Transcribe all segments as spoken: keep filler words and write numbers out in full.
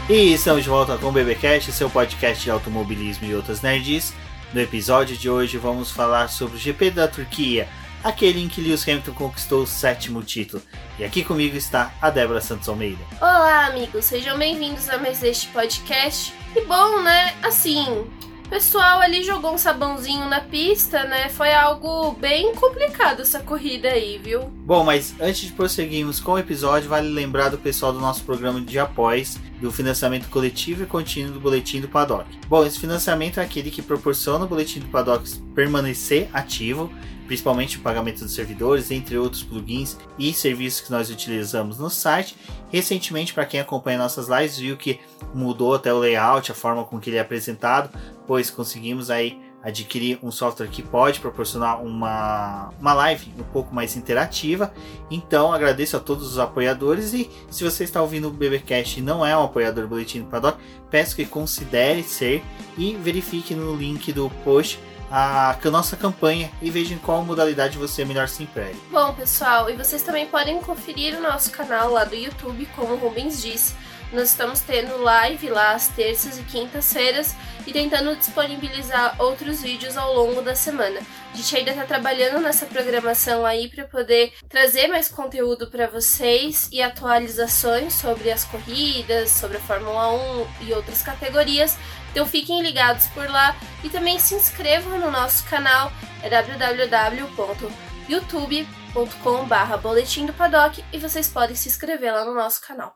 E estamos de volta com o BBcast, seu podcast de automobilismo e outras nerds. No episódio de hoje vamos falar sobre o G P da Turquia, aquele em que Lewis Hamilton conquistou o sétimo título. E aqui comigo está a Débora Santos Almeida. Olá, amigos, sejam bem-vindos a mais este podcast. E bom, né, assim, o pessoal ali jogou um sabãozinho na pista, né, foi algo bem complicado essa corrida aí, viu? Bom, mas antes de prosseguirmos com o episódio, vale lembrar do pessoal do nosso programa de apoios, do financiamento coletivo e contínuo do Boletim do Paddock. Bom, esse financiamento é aquele que proporciona o Boletim do Paddock permanecer ativo, principalmente o pagamento dos servidores, entre outros plugins e serviços que nós utilizamos no site. Recentemente, para quem acompanha nossas lives, viu que mudou até o layout, a forma com que ele é apresentado, pois conseguimos aí adquirir um software que pode proporcionar uma, uma live um pouco mais interativa. Então agradeço a todos os apoiadores, e se você está ouvindo o BBcast e não é um apoiador do Boletim do Paddock, peço que considere ser e verifique no link do post a, a nossa campanha e veja em qual modalidade você melhor se emprega. Bom, pessoal, e vocês também podem conferir o nosso canal lá do YouTube, como o Rubens disse. Nós estamos tendo live lá às terças e quintas-feiras e tentando disponibilizar outros vídeos ao longo da semana. A gente ainda está trabalhando nessa programação aí para poder trazer mais conteúdo para vocês e atualizações sobre as corridas, sobre a Fórmula um e outras categorias. Então fiquem ligados por lá e também se inscrevam no nosso canal, é w w w ponto youtube ponto com barra boletim do paddock, e vocês podem se inscrever lá no nosso canal.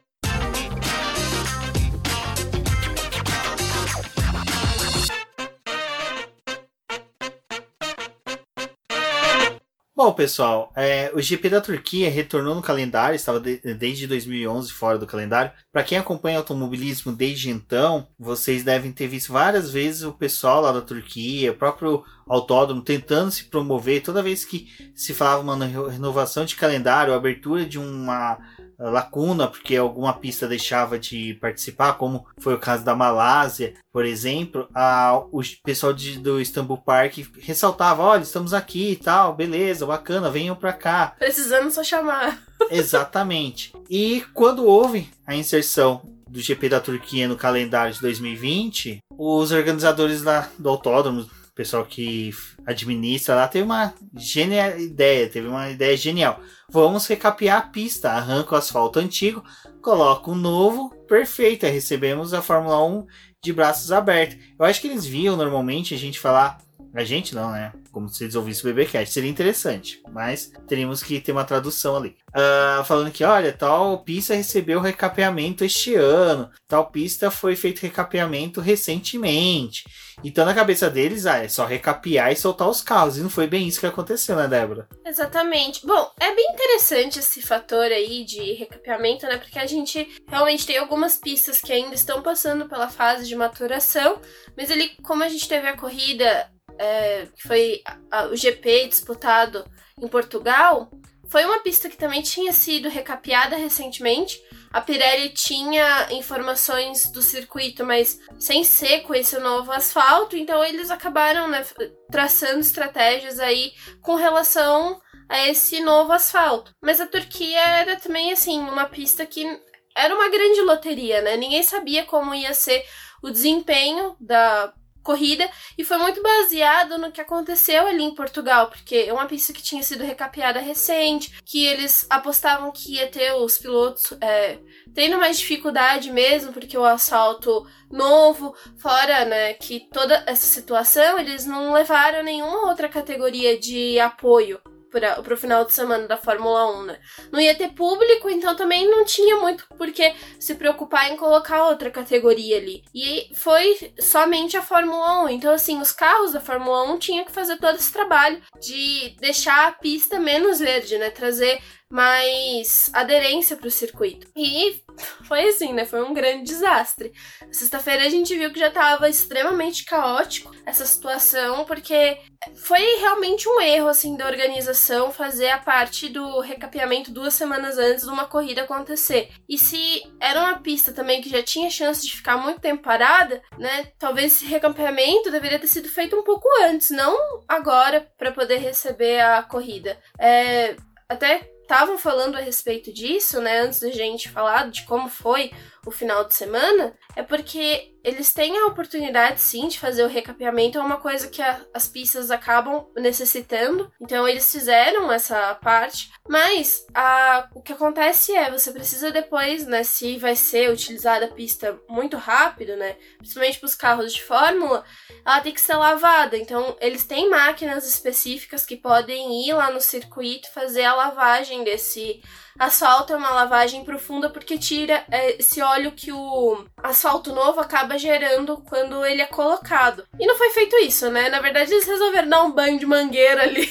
Bom, pessoal, é, o G P da Turquia retornou no calendário, estava de, desde dois mil e onze fora do calendário. Para quem acompanha automobilismo desde então, vocês devem ter visto várias vezes o pessoal lá da Turquia, o próprio autódromo, tentando se promover. Toda vez que se falava uma renovação de calendário, abertura de uma lacuna, porque alguma pista deixava de participar, como foi o caso da Malásia, por exemplo, a, o pessoal de, do Istanbul Park ressaltava: olha, estamos aqui e tal, beleza, bacana, venham pra cá. Precisamos só chamar. Exatamente. E quando houve a inserção do G P da Turquia no calendário de dois mil e vinte, os organizadores lá do autódromo, o pessoal que administra lá, teve uma genial ideia, teve uma ideia genial. Vamos recapear a pista, arranca o asfalto antigo, coloca um novo, perfeito, aí recebemos a Fórmula um de braços abertos. Eu acho que eles viam normalmente a gente falar, a gente não, né? Como se eles ouvissem o BBcast, seria interessante, mas teríamos que ter uma tradução ali. Uh, falando que, olha, tal pista recebeu recapeamento este ano, tal pista foi feito recapeamento recentemente. Então, na cabeça deles, ah, é só recapear e soltar os carros, e não foi bem isso que aconteceu, né, Débora? Exatamente. Bom, é bem interessante esse fator aí de recapeamento, né, porque a gente realmente tem algumas pistas que ainda estão passando pela fase de maturação, mas ali, como a gente teve a corrida, É, que foi a, o G P disputado em Portugal, foi uma pista que também tinha sido recapeada recentemente. A Pirelli tinha informações do circuito, mas sem ser com esse novo asfalto, então eles acabaram, né, traçando estratégias aí com relação a esse novo asfalto. Mas a Turquia era também, assim, uma pista que era uma grande loteria, né? Ninguém sabia como ia ser o desempenho da corrida, e foi muito baseado no que aconteceu ali em Portugal, porque é uma pista que tinha sido recapeada recente, que eles apostavam que ia ter os pilotos é, tendo mais dificuldade mesmo, porque o asfalto novo, fora, né, que toda essa situação, eles não levaram nenhuma outra categoria de apoio para o final de semana da Fórmula um, né? Não ia ter público, então também não tinha muito por que se preocupar em colocar outra categoria ali. E foi somente a Fórmula um. Então, assim, os carros da Fórmula um tinham que fazer todo esse trabalho de deixar a pista menos verde, né? Trazer mais aderência para o circuito. E foi assim, né? Foi um grande desastre. Na sexta-feira a gente viu que já estava extremamente caótico essa situação, porque foi realmente um erro, assim, da organização fazer a parte do recapeamento duas semanas antes de uma corrida acontecer. E se era uma pista também que já tinha chance de ficar muito tempo parada, né? Talvez esse recapeamento deveria ter sido feito um pouco antes, não agora, para poder receber a corrida. É, até estavam falando a respeito disso, né, antes da gente falar de como foi o final de semana, é porque eles têm a oportunidade, sim, de fazer o recapeamento. É uma coisa que a, as pistas acabam necessitando. Então, eles fizeram essa parte. Mas a, o que acontece é, você precisa depois, né, se vai ser utilizada a pista muito rápido, né, principalmente para os carros de Fórmula, ela tem que ser lavada. Então, eles têm máquinas específicas que podem ir lá no circuito fazer a lavagem desse asfalto. É uma lavagem profunda porque tira esse óleo que o asfalto novo acaba gerando quando ele é colocado. E não foi feito isso, né? Na verdade, eles resolveram dar um banho de mangueira ali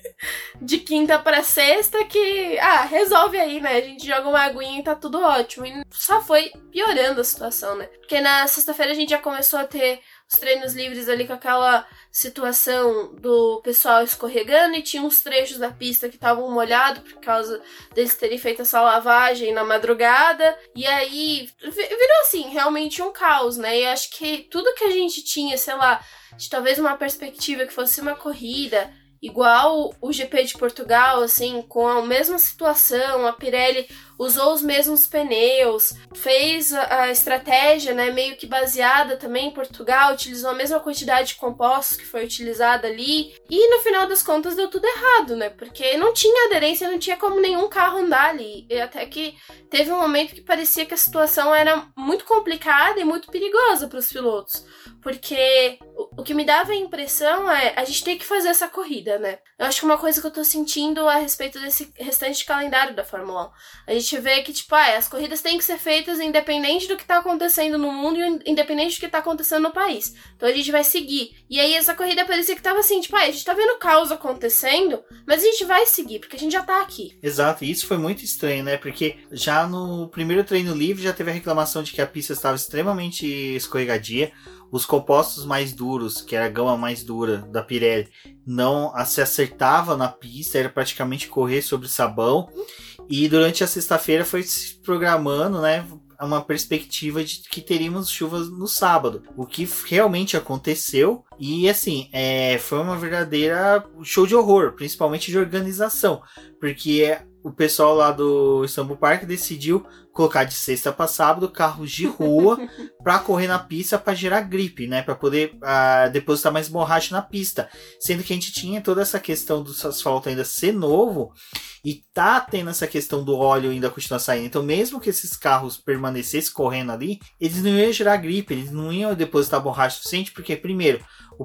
de quinta pra sexta que, ah, resolve aí, né? A gente joga uma aguinha e tá tudo ótimo. E só foi piorando a situação, né? Porque na sexta-feira a gente já começou a ter os treinos livres ali com aquela situação do pessoal escorregando e tinha uns trechos da pista que estavam molhados por causa deles terem feito essa lavagem na madrugada. E aí virou assim, realmente um caos, né? E acho que tudo que a gente tinha, sei lá, de talvez uma perspectiva que fosse uma corrida igual o G P de Portugal, assim, com a mesma situação, a Pirelli usou os mesmos pneus, fez a, a estratégia, né, meio que baseada também em Portugal, utilizou a mesma quantidade de compostos que foi utilizada ali, e no final das contas deu tudo errado, né, porque não tinha aderência, não tinha como nenhum carro andar ali, e até que teve um momento que parecia que a situação era muito complicada e muito perigosa para os pilotos, porque o, o que me dava a impressão é, a gente tem que fazer essa corrida, né, eu acho que uma coisa que eu tô sentindo a respeito desse restante calendário da Fórmula um, a gente vê que, tipo, ah, as corridas têm que ser feitas independente do que tá acontecendo no mundo e independente do que tá acontecendo no país. Então a gente vai seguir. E aí essa corrida parecia que tava assim, tipo, ah, a gente tá vendo caos acontecendo, mas a gente vai seguir, porque a gente já tá aqui. Exato, e isso foi muito estranho, né? Porque já no primeiro treino livre já teve a reclamação de que a pista estava extremamente escorregadia. Os compostos mais duros, que era a gama mais dura da Pirelli, não se acertava na pista, era praticamente correr sobre sabão. E durante a sexta-feira foi se programando, né, uma perspectiva de que teríamos chuvas no sábado, o que realmente aconteceu. E assim, é, foi uma verdadeira show de horror, principalmente de organização, porque o pessoal lá do Istanbul Park decidiu colocar de sexta para sábado carros de rua para correr na pista para gerar gripe, né, para poder uh, depositar mais borracha na pista, sendo que a gente tinha toda essa questão do asfalto ainda ser novo e tá tendo essa questão do óleo ainda continuar saindo. Então, mesmo que esses carros permanecessem correndo ali, eles não iam gerar gripe, eles não iam depositar borracha suficiente, porque primeiro, o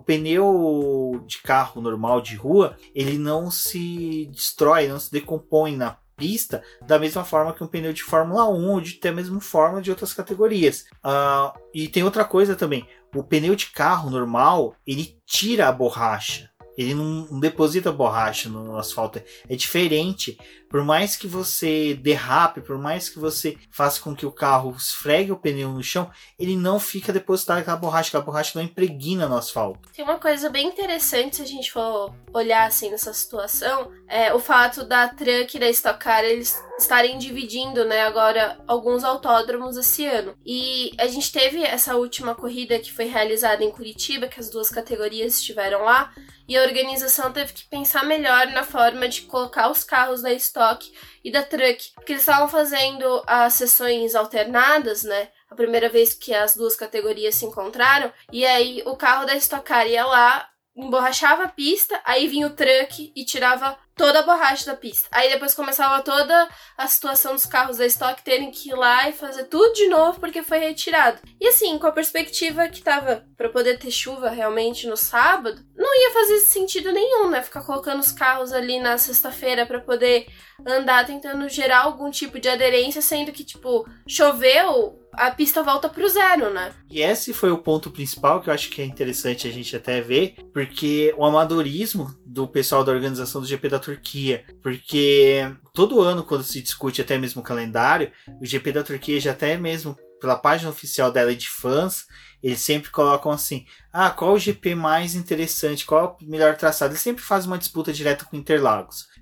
pneu de carro normal de rua, ele não se destrói, não se decompõe na pista da mesma forma que um pneu de Fórmula um ou de até mesmo forma de outras categorias. Uh, e tem outra coisa também, o pneu de carro normal, ele tira a borracha. Ele não, não deposita borracha no asfalto. É diferente. Por mais que você derrape, por mais que você faça com que o carro esfregue o pneu no chão, ele não fica depositado aquela borracha. Aquela borracha não impregna no asfalto. Tem uma coisa bem interessante se a gente for olhar assim nessa situação. É o fato da Truck e da Stock Car eles estarem dividindo, né, agora alguns autódromos esse ano. E a gente teve essa última corrida que foi realizada em Curitiba, que as duas categorias estiveram lá. E a organização teve que pensar melhor na forma de colocar os carros da Stock e da Truck, porque eles estavam fazendo as sessões alternadas, né? A primeira vez que as duas categorias se encontraram, e aí o carro da Stock Car ia lá, emborrachava a pista, aí vinha o Truck e tirava toda a borracha da pista. Aí depois começava toda a situação dos carros da Stock terem que ir lá e fazer tudo de novo porque foi retirado. E assim, com a perspectiva que tava pra poder ter chuva realmente no sábado, não ia fazer sentido nenhum, né? Ficar colocando os carros ali na sexta-feira pra poder andar tentando gerar algum tipo de aderência, sendo que, tipo, choveu, a pista volta pro zero, né? E esse foi o ponto principal que eu acho que é interessante a gente até ver, porque o amadorismo do pessoal da organização do G P da Turquia, porque todo ano quando se discute até mesmo o calendário, o G P da Turquia já até mesmo pela página oficial dela e de fãs, eles sempre colocam assim, ah, qual o G P mais interessante, qual é o melhor traçado, eles sempre fazem uma disputa direta com Interlagos.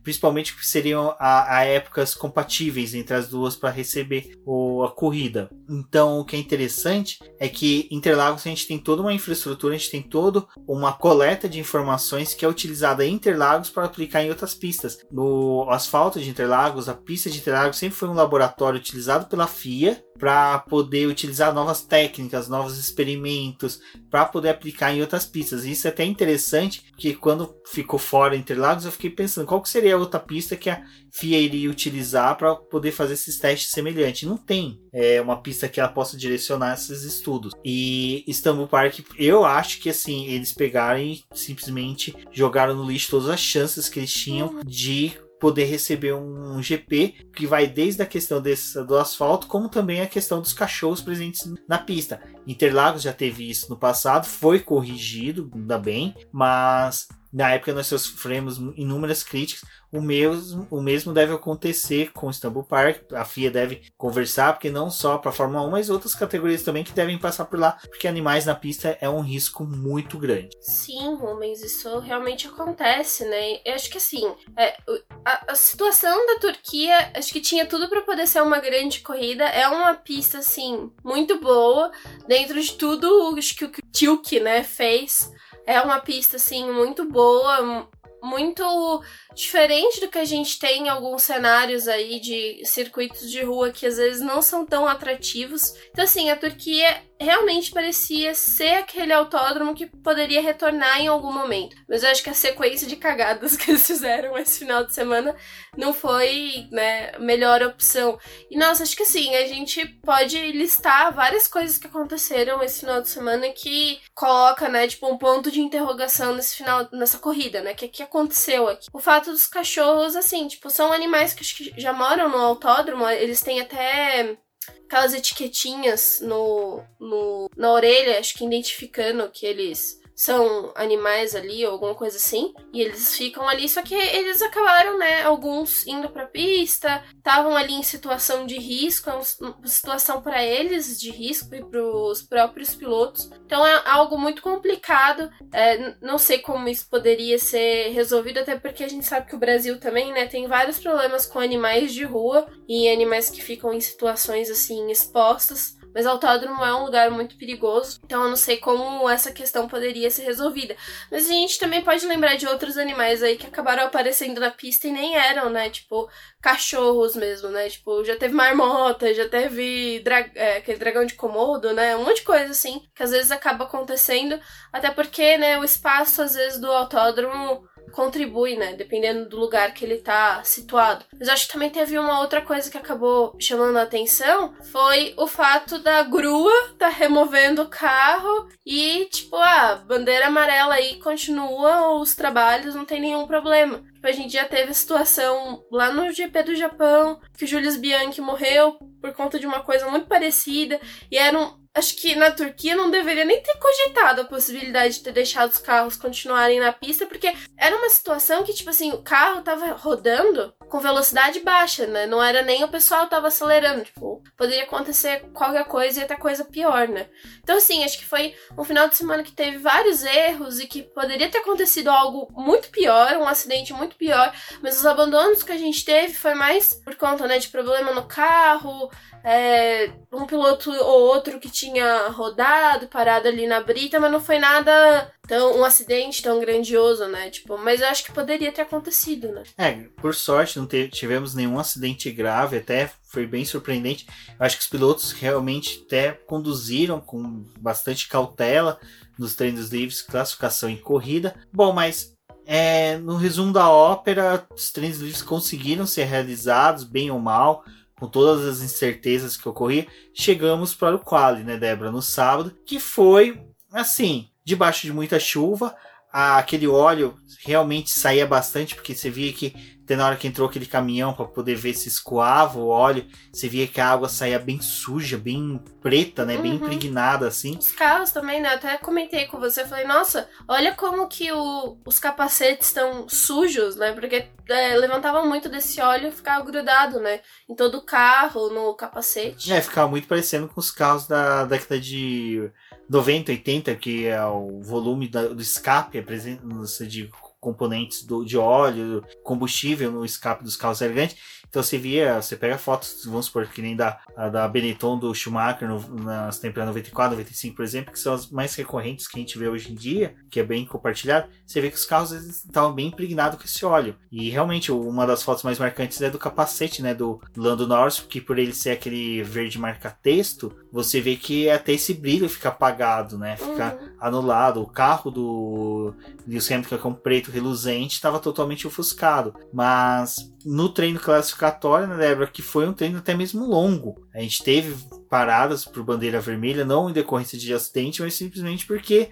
principalmente porque seriam a, a épocas compatíveis entre as duas para receber o, a corrida. Então, o que é interessante é que Interlagos a gente tem toda uma infraestrutura, a gente tem toda uma coleta de informações que é utilizada em Interlagos para aplicar em outras pistas. No asfalto de Interlagos, a pista de Interlagos sempre foi um laboratório utilizado pela F I A para poder utilizar novas técnicas, novos experimentos, para poder aplicar em outras pistas. E isso é até interessante, porque quando ficou fora Interlagos, eu fiquei pensando qual que seria a outra pista que a F I A iria utilizar para poder fazer esses testes semelhantes. Não tem é, uma pista que ela possa direcionar esses estudos. E Istanbul Park, eu acho que assim, eles pegaram e simplesmente jogaram no lixo todas as chances que eles tinham de poder receber um G P que vai desde a questão desse, do asfalto, como também a questão dos cachorros presentes na pista. Interlagos já teve isso no passado, foi corrigido, ainda bem, mas na época nós sofremos inúmeras críticas. O mesmo, o mesmo deve acontecer com o Istanbul Park. A F I A deve conversar, porque não só para a Fórmula um, mas outras categorias também que devem passar por lá, porque animais na pista é um risco muito grande. Sim, Rubens, isso realmente acontece, né? Eu acho que assim, é, a, a situação da Turquia, acho que tinha tudo para poder ser uma grande corrida. É uma pista, assim, muito boa. Dentro de tudo, acho que o que o Tilke, né, fez. É uma pista, assim, muito boa, muito diferente do que a gente tem em alguns cenários aí de circuitos de rua que às vezes não são tão atrativos. Então, assim, a Turquia realmente parecia ser aquele autódromo que poderia retornar em algum momento. Mas eu acho que a sequência de cagadas que eles fizeram esse final de semana não foi, né, a melhor opção. E, nossa, acho que assim, a gente pode listar várias coisas que aconteceram esse final de semana que coloca, né, tipo, um ponto de interrogação nesse final, nessa corrida, né, que que aconteceu aqui. O fato dos cachorros, assim, tipo, são animais que acho que já moram no autódromo, eles têm até aquelas etiquetinhas no, no, na orelha, acho que identificando que eles são animais ali ou alguma coisa assim, e eles ficam ali, só que eles acabaram, né, alguns indo pra pista, estavam ali em situação de risco, é uma situação para eles de risco e pros próprios pilotos, então é algo muito complicado, é, não sei como isso poderia ser resolvido, até porque a gente sabe que o Brasil também, né, tem vários problemas com animais de rua e animais que ficam em situações assim expostas. Mas o autódromo é um lugar muito perigoso, então eu não sei como essa questão poderia ser resolvida. Mas a gente também pode lembrar de outros animais aí que acabaram aparecendo na pista e nem eram, né? Tipo, cachorros mesmo, né? Tipo, já teve marmota, já teve dra- é, aquele dragão de Komodo, né? Um monte de coisa assim, que às vezes acaba acontecendo, até porque, né, o espaço, às vezes, do autódromo contribui, né, dependendo do lugar que ele tá situado. Mas acho que também teve uma outra coisa que acabou chamando a atenção, foi o fato da grua tá removendo o carro e, tipo, a bandeira amarela aí continua os trabalhos, não tem nenhum problema. Tipo, a gente já teve a situação lá no G P do Japão, que o Julius Bianchi morreu por conta de uma coisa muito parecida, e era um acho que na Turquia não deveria nem ter cogitado a possibilidade de ter deixado os carros continuarem na pista, porque era uma situação que, tipo assim, o carro tava rodando com velocidade baixa, né? Não era nem o pessoal tava acelerando, tipo, poderia acontecer qualquer coisa e até coisa pior, né? Então, assim, acho que foi um final de semana que teve vários erros e que poderia ter acontecido algo muito pior, um acidente muito pior, mas os abandonos que a gente teve foi mais por conta, né, de problema no carro, é, um piloto ou outro que tinha rodado, parado ali na brita, mas não foi nada tão, um acidente tão grandioso, né? Tipo, mas eu acho que poderia ter acontecido, né? É, por sorte não teve, tivemos nenhum acidente grave, até foi bem surpreendente. Eu acho que os pilotos realmente até conduziram com bastante cautela nos treinos livres, classificação e corrida. Bom, mas é, no resumo da ópera, os treinos livres conseguiram ser realizados, bem ou mal, com todas as incertezas que ocorriam. Chegamos para o quali, né, Débora, no sábado, que foi, assim, debaixo de muita chuva. Aquele óleo realmente saía bastante, porque você via que até na hora que entrou aquele caminhão para poder ver se escoava o óleo, você via que a água saía bem suja, bem preta, né? Uhum. Bem impregnada, assim. Os carros também, né? Eu até comentei com você, falei, nossa, olha como que o, os capacetes estão sujos, né? Porque é, levantavam muito desse óleo e ficava grudado, né? Em todo o carro, no capacete. É, ficava muito parecendo com os carros da década de noventa, oitenta, que é o volume da, do escape, é presente, de componentes do, de óleo, combustível no escape dos carros elegantes. Então você via, você pega fotos, vamos supor, que nem da, da Benetton, do Schumacher, no, nas temporadas noventa e quatro, noventa e cinco, por exemplo, que são as mais recorrentes que a gente vê hoje em dia, que é bem compartilhado. Você vê que os carros estavam bem impregnados com esse óleo. E realmente, uma das fotos mais marcantes é do capacete, né, do Lando Norris, que por ele ser aquele verde marca-texto, você vê que até esse brilho fica apagado, né, fica uhum. anulado. O carro do Lewis Hamilton, que é um preto reluzente, estava totalmente ofuscado. Mas no treino classificatório, né, Débora, que foi um treino até mesmo longo. A gente teve paradas por bandeira vermelha, não em decorrência de acidente, mas simplesmente porque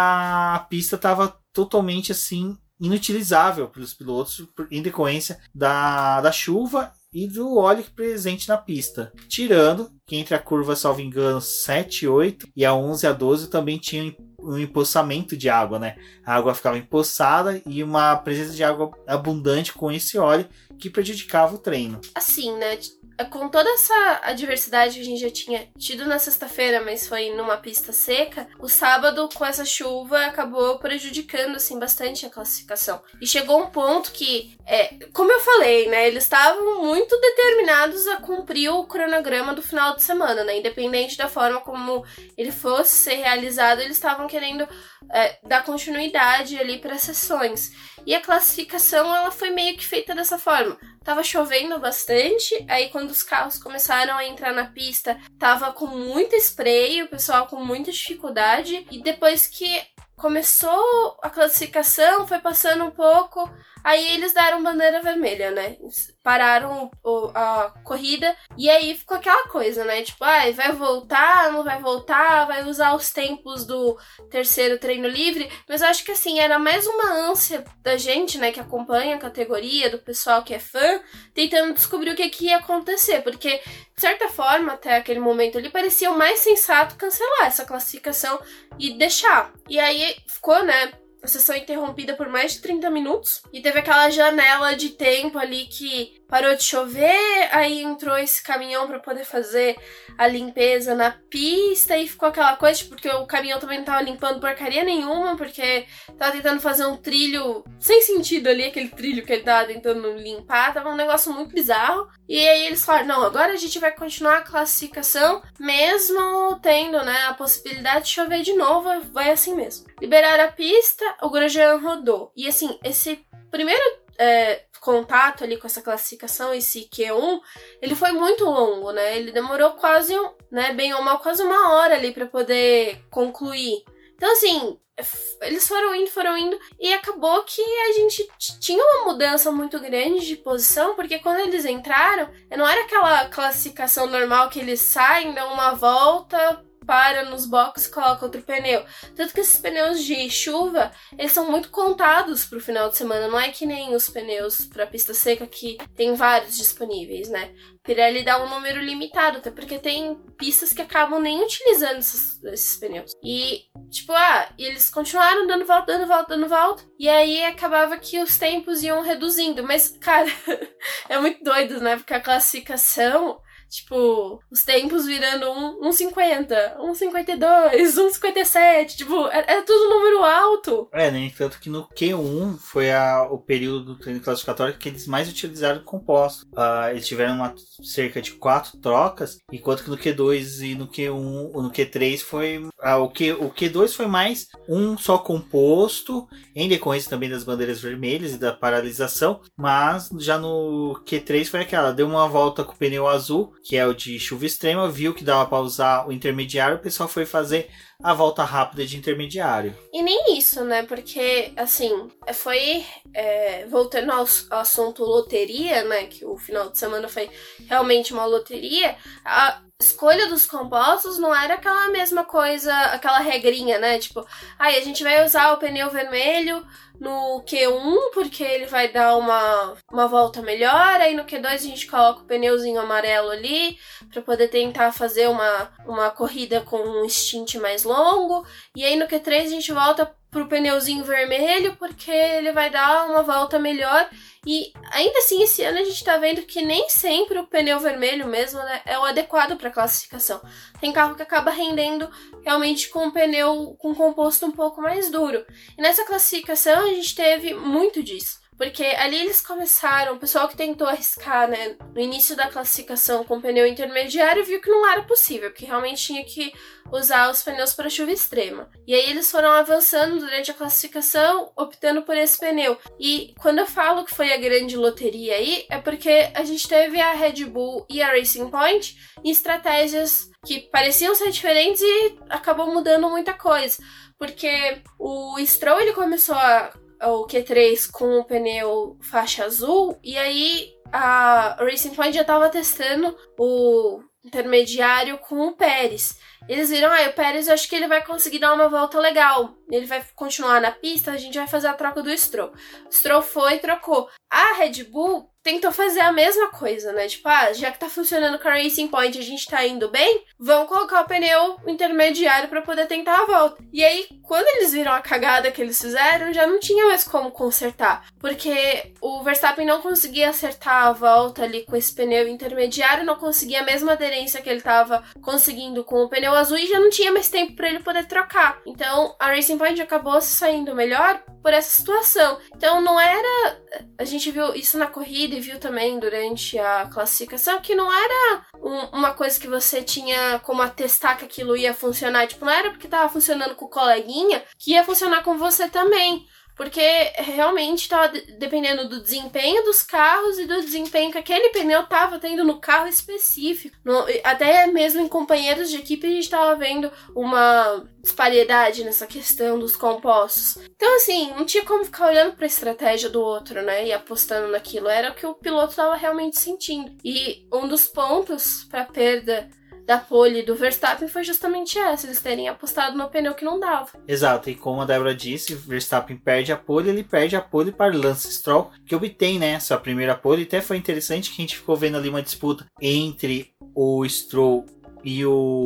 a pista estava totalmente assim inutilizável pelos pilotos em decorrência da, da chuva e do óleo presente na pista. Tirando que entre a curva, salvo engano, sete e oito e a onze e a doze também tinha um empoçamento de água, né? A água ficava empoçada e uma presença de água abundante com esse óleo que prejudicava o treino. Assim, né? Com toda essa adversidade que a gente já tinha tido na sexta-feira, mas foi numa pista seca, o sábado, com essa chuva, acabou prejudicando, assim, bastante a classificação. E chegou um ponto que, é, como eu falei, né, eles estavam muito determinados a cumprir o cronograma do final de semana, né, independente da forma como ele fosse ser realizado, eles estavam querendo é, dar continuidade ali para as sessões. E a classificação, ela foi meio que feita dessa forma. Tava chovendo bastante, aí quando os carros começaram a entrar na pista, tava com muito spray, o pessoal com muita dificuldade, e depois que começou a classificação, foi passando um pouco, aí eles deram bandeira vermelha, né? Pararam o, a corrida, e aí ficou aquela coisa, né? Tipo, ah, vai voltar, não vai voltar, vai usar os tempos do terceiro treino livre, mas eu acho que assim, era mais uma ânsia da gente, né, que acompanha a categoria, do pessoal que é fã, tentando descobrir o que, que ia acontecer, porque, de certa forma, até aquele momento ali, parecia o mais sensato cancelar essa classificação e deixar. E aí ficou, né, a sessão interrompida por mais de trinta minutos, e teve aquela janela de tempo ali que parou de chover, aí entrou esse caminhão pra poder fazer a limpeza na pista, e ficou aquela coisa, porque o caminhão também não tava limpando porcaria nenhuma, porque tava tentando fazer um trilho sem sentido ali, aquele trilho que ele tava tentando limpar, tava um negócio muito bizarro, e aí eles falaram, não, agora a gente vai continuar a classificação, mesmo tendo, né, a possibilidade de chover de novo, vai assim mesmo. Liberaram a pista, o Grosjean rodou, e assim, esse primeiro é, contato ali com essa classificação, esse Q um, ele foi muito longo, né? Ele demorou quase, né, bem ou mal, quase uma hora ali pra poder concluir. Então, assim, eles foram indo, foram indo, e acabou que a gente tinha uma mudança muito grande de posição, porque quando eles entraram, não era aquela classificação normal que eles saem, dão uma volta, para nos boxes e coloca outro pneu. Tanto que esses pneus de chuva, eles são muito contados pro final de semana. Não é que nem os pneus pra pista seca que tem vários disponíveis, né? Pirelli dá um número limitado, até porque tem pistas que acabam nem utilizando esses, esses pneus. E, tipo, ah, e eles continuaram dando volta, dando volta, dando volta. E aí acabava que os tempos iam reduzindo. Mas, cara, é muito doido, né? Porque a classificação... Tipo, os tempos virando um cinquenta, um cinquenta e dois, um cinquenta e sete, tipo, é, é tudo número alto. É, né? Tanto que no Q um foi a, o período do treino classificatório que eles mais utilizaram composto. Uh, eles tiveram uma, cerca de quatro trocas, enquanto que no Q dois e no Q um, no Q três foi... Uh, o, Q, o Q dois foi mais um só composto, em decorrência também das bandeiras vermelhas e da paralisação, mas já no Q três foi aquela, deu uma volta com o pneu azul, que é o de chuva extrema, viu que dava para usar o intermediário, o pessoal foi fazer a volta rápida de intermediário. E nem isso, né? Porque, assim, foi... É, voltando ao, ao assunto loteria, né? Que o final de semana foi realmente uma loteria. A escolha dos compostos não era aquela mesma coisa, aquela regrinha, né? Tipo, aí ah, a gente vai usar o pneu vermelho no Q um, porque ele vai dar uma, uma volta melhor, aí no Q dois a gente coloca o pneuzinho amarelo ali, pra poder tentar fazer uma, uma corrida com um stint mais longo, e aí no Q três a gente volta pro pneuzinho vermelho, porque ele vai dar uma volta melhor. E ainda assim, esse ano a gente tá vendo que nem sempre o pneu vermelho mesmo, né, é o adequado para classificação. Tem carro que acaba rendendo realmente com um pneu com um composto um pouco mais duro. E nessa classificação a gente teve muito disso. Porque ali eles começaram, o pessoal que tentou arriscar, né, no início da classificação com pneu intermediário viu que não era possível, porque realmente tinha que usar os pneus para chuva extrema. E aí eles foram avançando durante a classificação, optando por esse pneu. E quando eu falo que foi a grande loteria aí, é porque a gente teve a Red Bull e a Racing Point em estratégias que pareciam ser diferentes e acabou mudando muita coisa. Porque o Stroll, ele começou a o Q três com o pneu faixa azul, e aí a Racing Point já estava testando o intermediário com o Pérez. Eles viram, ah, o Pérez, eu acho que ele vai conseguir dar uma volta legal, ele vai continuar na pista, a gente vai fazer a troca do Stroll. O Stroll foi e trocou. A Red Bull tentou fazer a mesma coisa, né? Tipo, ah, já que tá funcionando com a Racing Point, a gente tá indo bem, vamos colocar o pneu intermediário pra poder tentar a volta. E aí, quando eles viram a cagada que eles fizeram, já não tinha mais como consertar. Porque o Verstappen não conseguia acertar a volta ali com esse pneu intermediário, não conseguia a mesma aderência que ele tava conseguindo com o pneu azul e já não tinha mais tempo pra ele poder trocar. Então, a Racing Point acabou se saindo melhor por essa situação. Então, não era... A gente viu isso na corrida e viu também durante a classificação que não era um, uma coisa que você tinha como atestar que aquilo ia funcionar. Tipo, não era porque tava funcionando com o coleguinha que ia funcionar com você também. Porque realmente estava dependendo do desempenho dos carros e do desempenho que aquele pneu estava tendo no carro específico. No, até mesmo em companheiros de equipe a gente estava vendo uma disparidade nessa questão dos compostos. Então, assim, não tinha como ficar olhando para a estratégia do outro, né? E apostando naquilo. Era o que o piloto estava realmente sentindo. E um dos pontos para perda da pole do Verstappen foi justamente essa, eles terem apostado no pneu que não dava. Exato, e como a Débora disse, Verstappen perde a pole, ele perde a pole para Lance Stroll, que obtém, né, sua primeira pole. Até foi interessante que a gente ficou vendo ali uma disputa entre o Stroll e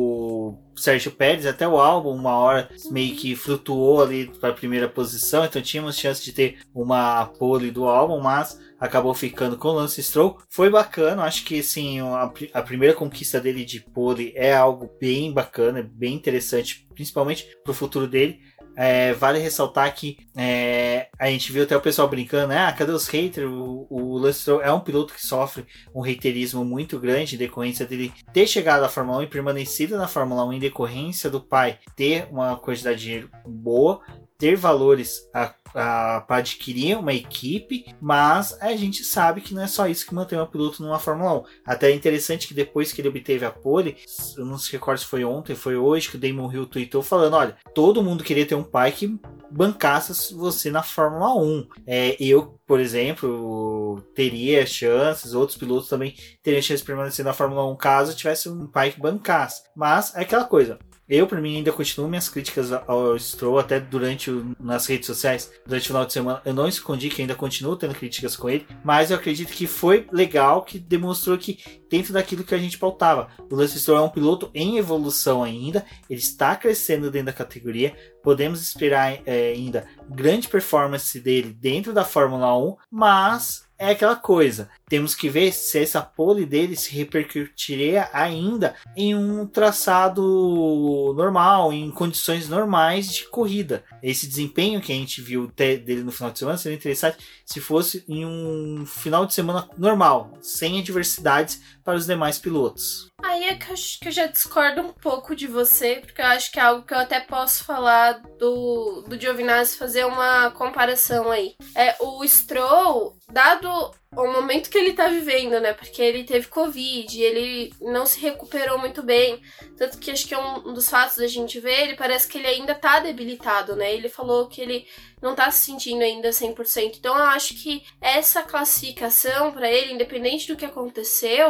o Sérgio Pérez, até o álbum uma hora meio que flutuou ali para a primeira posição, então tínhamos chance de ter uma pole do álbum, mas acabou ficando com o Lance Stroll. Foi bacana, acho que assim, a, a primeira conquista dele de pole é algo bem bacana, bem interessante, principalmente para o futuro dele. É, vale ressaltar que é, a gente viu até o pessoal brincando, né? Ah, cadê os haters? O, o Lance Stroll é um piloto que sofre um haterismo muito grande em decorrência dele ter chegado à Fórmula um e permanecido na Fórmula um em decorrência do pai ter uma quantidade de dinheiro boa, ter valores a, a, para adquirir uma equipe, mas a gente sabe que não é só isso que mantém um piloto numa Fórmula um. Até é interessante que depois que ele obteve a pole, eu não se recordo se foi ontem, foi hoje, que o Damon Hill tweetou falando, olha, todo mundo queria ter um pai que bancasse você na Fórmula um. É, eu, por exemplo, teria chances, outros pilotos também teriam chances de permanecer na Fórmula um caso tivesse um pai que bancasse. Mas é aquela coisa. Eu, por mim, ainda continuo minhas críticas ao Stroll, até durante o, nas redes sociais, durante o final de semana. Eu não escondi que ainda continuo tendo críticas com ele, mas eu acredito que foi legal, que demonstrou que dentro daquilo que a gente pautava. O Lance Stroll é um piloto em evolução ainda, ele está crescendo dentro da categoria, podemos esperar é, ainda grande performance dele dentro da Fórmula um, mas é aquela coisa, temos que ver se essa pole dele se repercutiria ainda em um traçado normal, em condições normais de corrida. Esse desempenho que a gente viu dele no final de semana seria interessante se fosse em um final de semana normal, sem adversidades para os demais pilotos. Aí é que eu acho que eu já discordo um pouco de você, porque eu acho que é algo que eu até posso falar do, do Giovinazzi, fazer uma comparação aí. É, o Stroll, dado o momento que ele tá vivendo, né, porque ele teve Covid, ele não se recuperou muito bem, tanto que acho que é um dos fatos da gente ver, ele parece que ele ainda tá debilitado, né, ele falou que ele não tá se sentindo ainda cem por cento, então eu acho que essa classificação pra ele, independente do que aconteceu,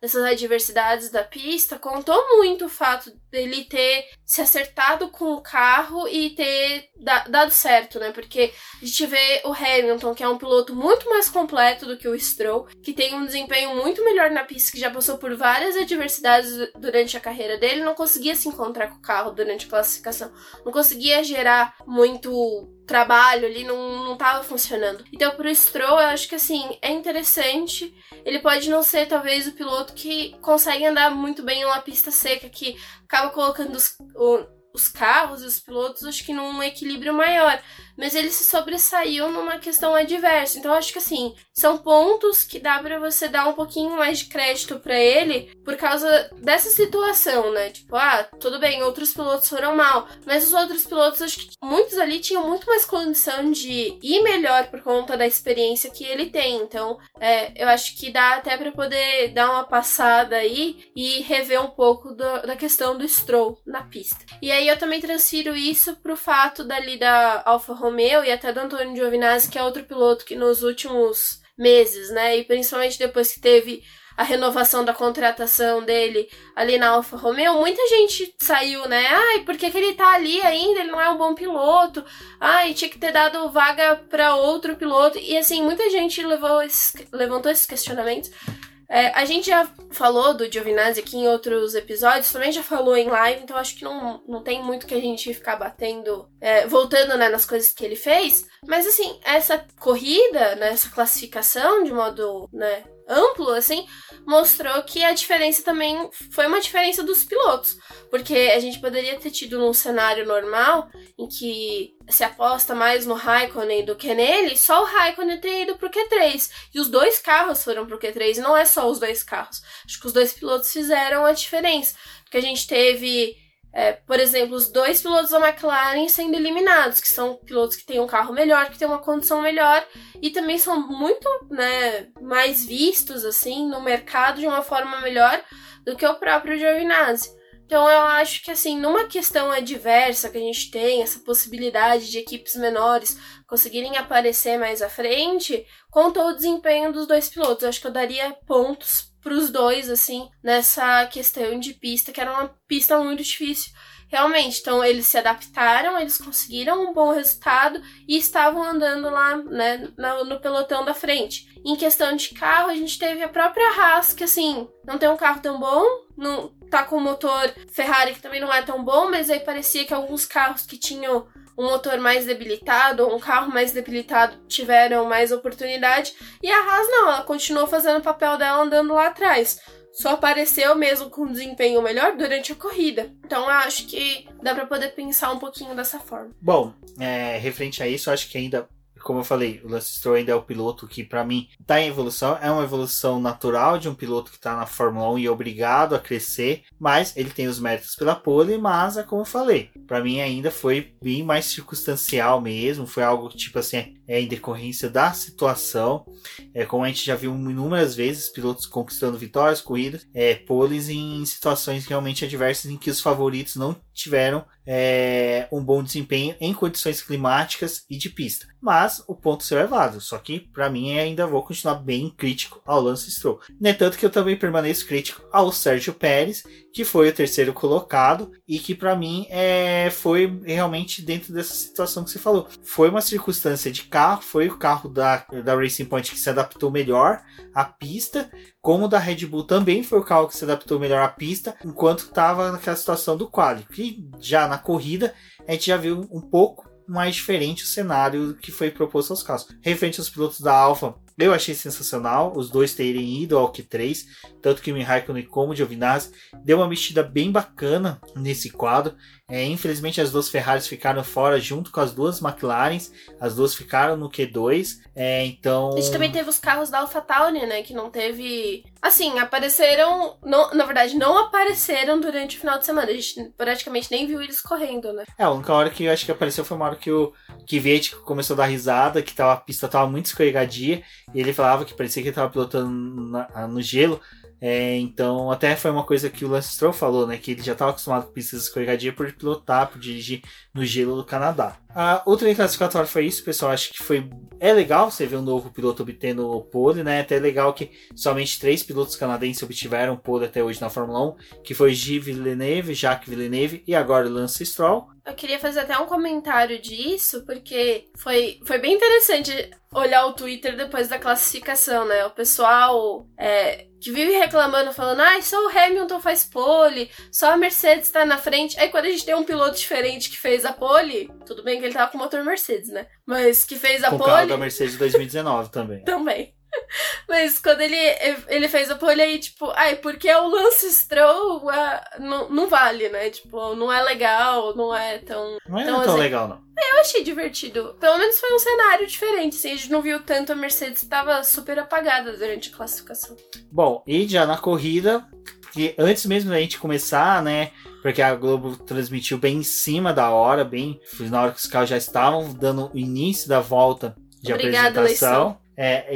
dessas adversidades da pista, contou muito o fato dele ter se acertado com o carro e ter da- dado certo, né? Porque a gente vê o Hamilton, que é um piloto muito mais completo do que o Stroll, que tem um desempenho muito melhor na pista, que já passou por várias adversidades durante a carreira dele, não conseguia se encontrar com o carro durante a classificação, não conseguia gerar muito trabalho ali, não, não tava funcionando. Então, pro Stroll, eu acho que, assim, é interessante. Ele pode não ser, talvez, o piloto que consegue andar muito bem em uma pista seca, que acaba colocando os, o, os carros e os pilotos, acho que num equilíbrio maior. Mas ele se sobressaiu numa questão adversa. Então, eu acho que, assim, são pontos que dá pra você dar um pouquinho mais de crédito pra ele por causa dessa situação, né? Tipo, ah, tudo bem, outros pilotos foram mal, mas os outros pilotos, acho que muitos ali tinham muito mais condição de ir melhor por conta da experiência que ele tem. Então, é, eu acho que dá até pra poder dar uma passada aí e rever um pouco do, da questão do Stroll na pista. E aí eu também transfiro isso pro fato dali da Alfa Romeo e até do Antônio Giovinazzi, que é outro piloto que nos últimos meses, né, e principalmente depois que teve a renovação da contratação dele ali na Alfa Romeo, muita gente saiu, né, ai, por que que ele tá ali ainda, ele não é um bom piloto, ai, tinha que ter dado vaga pra outro piloto, e assim, muita gente levou esse, levantou esses questionamentos. É, a gente já falou do Giovinazzi aqui em outros episódios, também já falou em live, então acho que não, não tem muito que a gente ficar batendo, é, voltando, né, nas coisas que ele fez. Mas, assim, essa corrida, né, essa classificação de modo, né, amplo, assim, mostrou que a diferença também foi uma diferença dos pilotos. Porque a gente poderia ter tido num cenário normal, em que se aposta mais no Raikkonen do que nele, só o Raikkonen ter ido pro Q três. E os dois carros foram pro Q três, e não é só os dois carros. Acho que os dois pilotos fizeram a diferença. Porque a gente teve, é, por exemplo, os dois pilotos da McLaren sendo eliminados, que são pilotos que têm um carro melhor, que têm uma condição melhor, e também são muito, né, mais vistos, assim, no mercado de uma forma melhor do que o próprio Giovinazzi. Então eu acho que, assim, numa questão adversa que a gente tem, essa possibilidade de equipes menores conseguirem aparecer mais à frente, contou o desempenho dos dois pilotos. Eu acho que eu daria pontos para os dois, assim, nessa questão de pista, que era uma pista muito difícil, realmente. Então eles se adaptaram, eles conseguiram um bom resultado e estavam andando lá, né, no, no pelotão da frente. Em questão de carro, a gente teve a própria Haas, que, assim, não tem um carro tão bom, não tá com o motor Ferrari, que também não é tão bom, mas aí parecia que alguns carros que tinham um motor mais debilitado, ou um carro mais debilitado, tiveram mais oportunidade, e a Haas não, ela continuou fazendo o papel dela andando lá atrás. Só apareceu mesmo com um desempenho melhor durante a corrida. Então eu acho que dá pra poder pensar um pouquinho dessa forma. Bom, é, referente a isso, eu acho que ainda, como eu falei, o Lance Stroll ainda é o piloto que, pra mim, tá em evolução. É uma evolução natural de um piloto que tá na Fórmula um e é obrigado a crescer. Mas ele tem os méritos pela pole, mas é como eu falei. Pra mim ainda foi bem mais circunstancial mesmo. Foi algo que, tipo assim, é em decorrência da situação. É, como a gente já viu inúmeras vezes, pilotos conquistando vitórias, corridas, é, poles em situações realmente adversas em que os favoritos não tiveram é, um bom desempenho em condições climáticas e de pista. Mas o ponto seu é válido, só que para mim ainda vou continuar bem crítico ao Lance Stroll. No entanto que eu também permaneço crítico ao Sérgio Pérez, que foi o terceiro colocado e que para mim é, foi realmente dentro dessa situação que você falou. Foi uma circunstância de carro, foi o carro da, da Racing Point que se adaptou melhor à pista, como o da Red Bull também foi o carro que se adaptou melhor à pista, enquanto estava naquela situação do quali, que já na corrida a gente já viu um pouco mais diferente o cenário que foi proposto aos carros. Referente aos pilotos da Alfa, eu achei sensacional os dois terem ido ao Q três, tanto que o Raikkonen como o Giovinazzi deu uma mexida bem bacana nesse quadro. É, infelizmente as duas Ferraris ficaram fora junto com as duas McLarens, as duas ficaram no Q dois, é, então... A gente também teve os carros da AlphaTauri, né, que não teve... Assim, apareceram, não, na verdade não apareceram durante o final de semana, a gente praticamente nem viu eles correndo, né. É, a única hora que eu acho que apareceu foi uma hora que o Kvyat começou a dar risada, que tava, a pista tava muito escorregadia, e ele falava que parecia que ele tava pilotando na, no gelo. É, então, até foi uma coisa que o Lance Stroll falou, né? Que ele já estava acostumado com pistas escorregadias por pilotar, por dirigir no gelo do Canadá. A outra classificatória foi isso, pessoal. Acho que foi é legal você ver um novo piloto obtendo o pole, né? Até legal que somente três pilotos canadenses obtiveram pole até hoje na Fórmula um, que foi Gilles Villeneuve, Jacques Villeneuve e agora o Lance Stroll. Eu queria fazer até um comentário disso, porque foi, foi bem interessante olhar o Twitter depois da classificação, né? O pessoal é, que vive reclamando, falando, ah, só o Hamilton faz pole, só a Mercedes tá na frente. Aí quando a gente tem um piloto diferente que fez a pole, tudo bem que ele tava com motor Mercedes, né? Mas que fez a com pole... Com o carro da Mercedes dois mil e dezenove também. Também. Mas quando ele, ele fez a pole aí, tipo, ai, porque o Lance Stroll uh, não, não vale, né? Tipo, não é legal, não é tão... Não é tão, tão assim, legal, não. Eu achei divertido. Pelo menos foi um cenário diferente, assim, a gente não viu tanto a Mercedes, tava super apagada durante a classificação. Bom, e já na corrida, que antes mesmo da gente começar, né? Porque a Globo transmitiu bem em cima da hora, bem na hora que os carros já estavam dando o início da volta de Obrigada, apresentação. Eleição. É,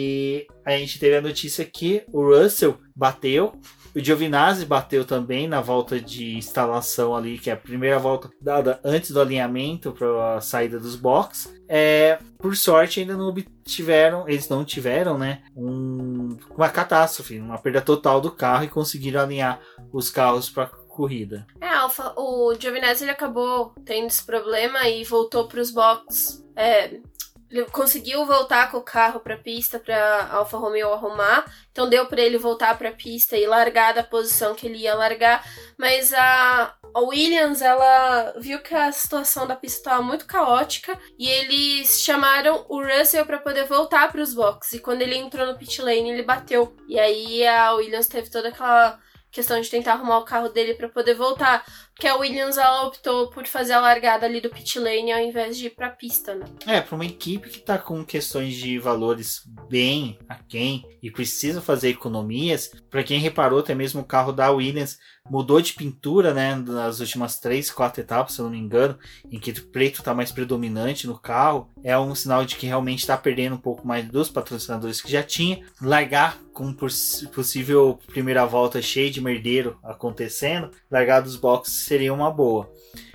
e a gente teve a notícia que o Russell bateu, o Giovinazzi bateu também na volta de instalação ali, que é a primeira volta dada antes do alinhamento para a saída dos boxes. É, por sorte ainda não obtiveram, eles não tiveram, né, um, uma catástrofe, uma perda total do carro e conseguiram alinhar os carros para corrida. É, Alfa, o Giovinazzi ele acabou tendo esse problema e voltou para os boxes. É, ele conseguiu voltar com o carro para a pista para Alfa Romeo arrumar, então deu para ele voltar para a pista e largar da posição que ele ia largar, mas a, a Williams ela viu que a situação da pista estava muito caótica e eles chamaram o Russell para poder voltar para os boxes, e quando ele entrou no pit lane ele bateu, e aí a Williams teve toda aquela questão de tentar arrumar o carro dele para poder voltar, porque a Williams ela optou por fazer a largada ali do pit lane ao invés de ir pra pista, né? É, para uma equipe que tá com questões de valores bem aquém e precisa fazer economias, para quem reparou, até mesmo o carro da Williams mudou de pintura, né, nas últimas três, quatro etapas, se eu não me engano, em que o preto tá mais predominante no carro, é um sinal de que realmente tá perdendo um pouco mais dos patrocinadores que já tinha. Largar com possível primeira volta cheia de merdeiro acontecendo, largar dos boxes seria uma boa.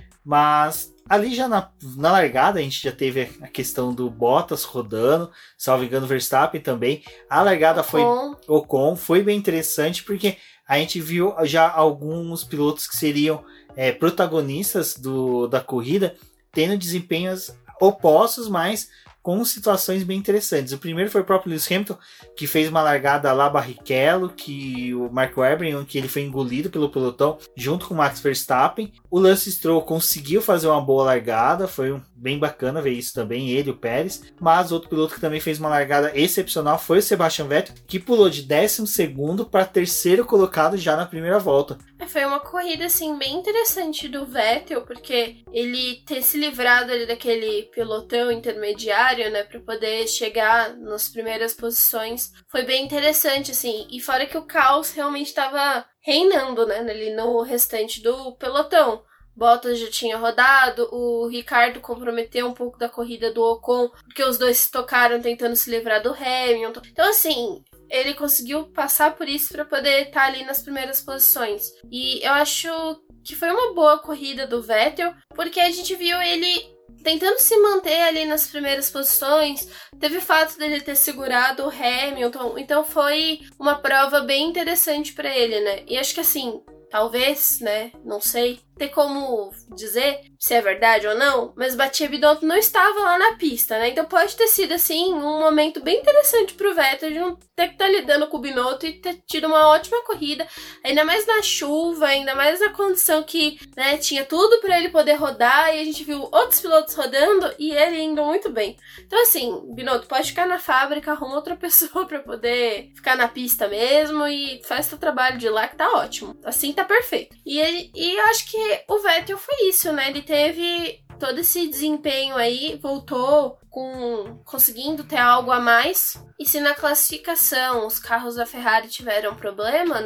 Mas ali já na, na largada a gente já teve a questão do Bottas rodando, salvo engano Verstappen também. A largada Ocon. foi Ocon, foi bem interessante porque a gente viu já alguns pilotos que seriam é, protagonistas do, da corrida tendo desempenhos opostos, mas com situações bem interessantes. O primeiro foi o próprio Lewis Hamilton, que fez uma largada lá Barrichello, que o Mark Webber, que ele foi engolido pelo pelotão, junto com o Max Verstappen. O Lance Stroll conseguiu fazer uma boa largada, foi bem bacana ver isso também, ele e o Pérez. Mas outro piloto que também fez uma largada excepcional foi o Sebastian Vettel, que pulou de décimo segundo para terceiro colocado já na primeira volta. Foi uma corrida, assim, bem interessante do Vettel, porque ele ter se livrado ali daquele pelotão intermediário, né, para poder chegar nas primeiras posições, foi bem interessante, assim, e fora que o caos realmente estava reinando, né, ali no restante do pelotão. Bottas já tinha rodado, o Ricardo comprometeu um pouco da corrida do Ocon, porque os dois se tocaram tentando se livrar do Hamilton. Então, assim, ele conseguiu passar por isso para poder estar ali nas primeiras posições. E eu acho que foi uma boa corrida do Vettel, porque a gente viu ele tentando se manter ali nas primeiras posições. Teve o fato dele ter segurado o Hamilton, então foi uma prova bem interessante para ele, né? E acho que assim, talvez, né, não sei, ter como dizer se é verdade ou não, mas Mattia Binotto não estava lá na pista, né? Então pode ter sido, assim, um momento bem interessante pro Vettel de não ter que estar lidando com o Binotto e ter tido uma ótima corrida, ainda mais na chuva, ainda mais na condição que, né, tinha tudo para ele poder rodar, e a gente viu outros pilotos rodando e ele indo muito bem. Então, assim, Binotto, pode ficar na fábrica, arruma outra pessoa para poder ficar na pista mesmo e faz seu trabalho de lá que tá ótimo. Assim tá perfeito. E, ele, e eu acho que o Vettel foi isso, né? Ele teve todo esse desempenho aí, voltou com conseguindo ter algo a mais. E se na classificação os carros da Ferrari tiveram problema, né?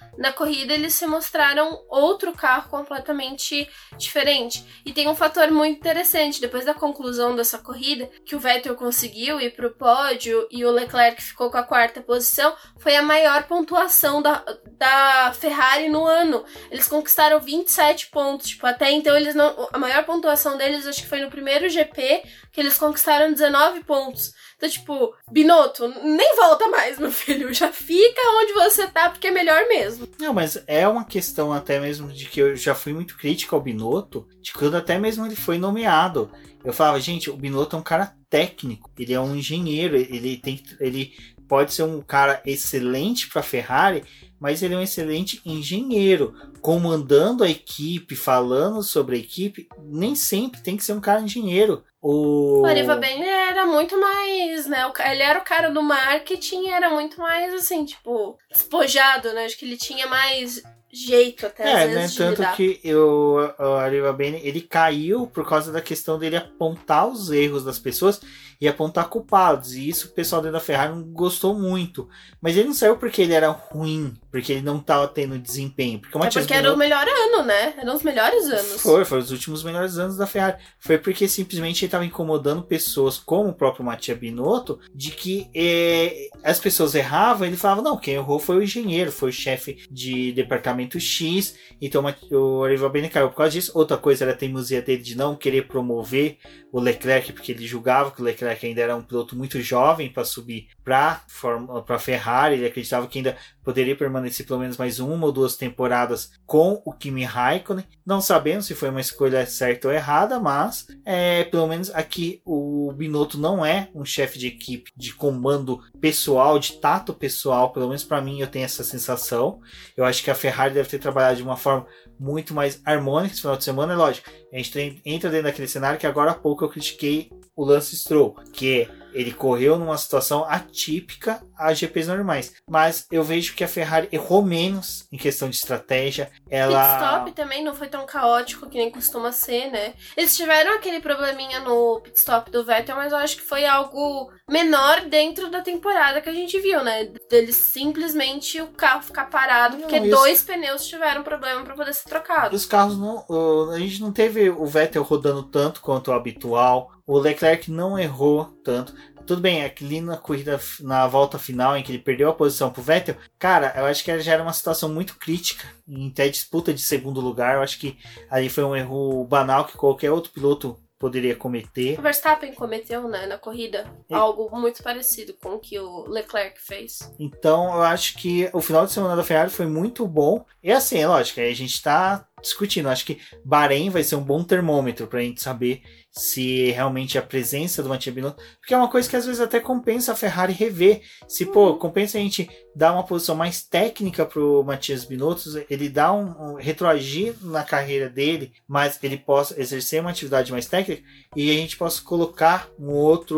na corrida eles se mostraram outro carro completamente diferente. E tem um fator muito interessante, depois da conclusão dessa corrida, que o Vettel conseguiu ir pro pódio e o Leclerc ficou com a quarta posição, foi a maior pontuação da, da Ferrari no ano. Eles conquistaram vinte e sete pontos, tipo, até então eles não, a maior pontuação deles acho que foi no primeiro G P, que eles conquistaram dezenove pontos. Então, tipo, Binotto, nem volta mais, meu filho. Já fica onde você tá, porque é melhor mesmo. Não, mas é uma questão até mesmo de que eu já fui muito crítico ao Binotto, de quando até mesmo ele foi nomeado. Eu falava, gente, o Binotto é um cara técnico, ele é um engenheiro, ele, tem, ele pode ser um cara excelente para a Ferrari, mas ele é um excelente engenheiro, comandando a equipe, falando sobre a equipe, nem sempre tem que ser um cara engenheiro. O O Arrivabene era muito mais, né, ele era o cara do marketing, era muito mais, assim, tipo, despojado, né, acho que ele tinha mais jeito até, é, às vezes, né, de tanto lidar. que eu, o Arrivabene, ele caiu por causa da questão dele apontar os erros das pessoas e apontar culpados, e isso o pessoal dentro da Ferrari não gostou muito, mas ele não saiu porque ele era ruim, porque ele não estava tendo desempenho, porque o É Matias porque era o melhor ano, né, eram os melhores anos. Foi, foram os últimos melhores anos da Ferrari. Foi porque simplesmente ele estava incomodando pessoas, como o próprio Mattia Binotto, de que eh, as pessoas erravam, ele falava, não, quem errou foi o engenheiro, foi o chefe de departamento X, então o Arrivabene caiu por causa disso. Outra coisa era a teimosia dele de não querer promover o Leclerc, porque ele julgava que o Leclerc ainda era um piloto muito jovem para subir para a Ferrari, ele acreditava que ainda poderia permanecer pelo menos mais uma ou duas temporadas com o Kimi Raikkonen. Não sabemos se foi uma escolha certa ou errada, mas é, pelo menos aqui o Binotto não é um chefe de equipe de comando pessoal, de tato pessoal, pelo menos para mim eu tenho essa sensação. Eu acho que a Ferrari deve ter trabalhado de uma forma muito mais harmônica esse final de semana. É lógico, a gente tem, entra dentro daquele cenário que agora há pouco eu critiquei o Lance Stroll, que ele correu numa situação atípica a G Ps normais, mas eu vejo que a Ferrari errou menos em questão de estratégia. Ela... Pit stop também não foi tão caótico que nem costuma ser, né? Eles tiveram aquele probleminha no pit stop do Vettel, mas eu acho que foi algo menor dentro da temporada que a gente viu, né? Deles simplesmente o carro ficar parado não, porque isso... dois pneus tiveram problema para poder ser trocado. Os carros não, a gente não teve o Vettel rodando tanto quanto o habitual. O Leclerc não errou tanto. Tudo bem, ali na corrida, na volta final, em que ele perdeu a posição pro Vettel, cara, eu acho que já era uma situação muito crítica, em até disputa de segundo lugar. Eu acho que ali foi um erro banal que qualquer outro piloto poderia cometer. O Verstappen cometeu, né, na corrida, e... algo muito parecido com o que o Leclerc fez. Então, eu acho que o final de semana da Ferrari foi muito bom. E assim, é lógico, aí a gente tá discutindo. Acho que Bahrein vai ser um bom termômetro pra gente saber se realmente a presença do Mattia Binotto, porque é uma coisa que às vezes até compensa a Ferrari rever. Se, uhum. pô, compensa a gente dar uma posição mais técnica pro Matias Binotto, ele dá um, um retroagir na carreira dele, mas ele possa exercer uma atividade mais técnica e a gente possa colocar um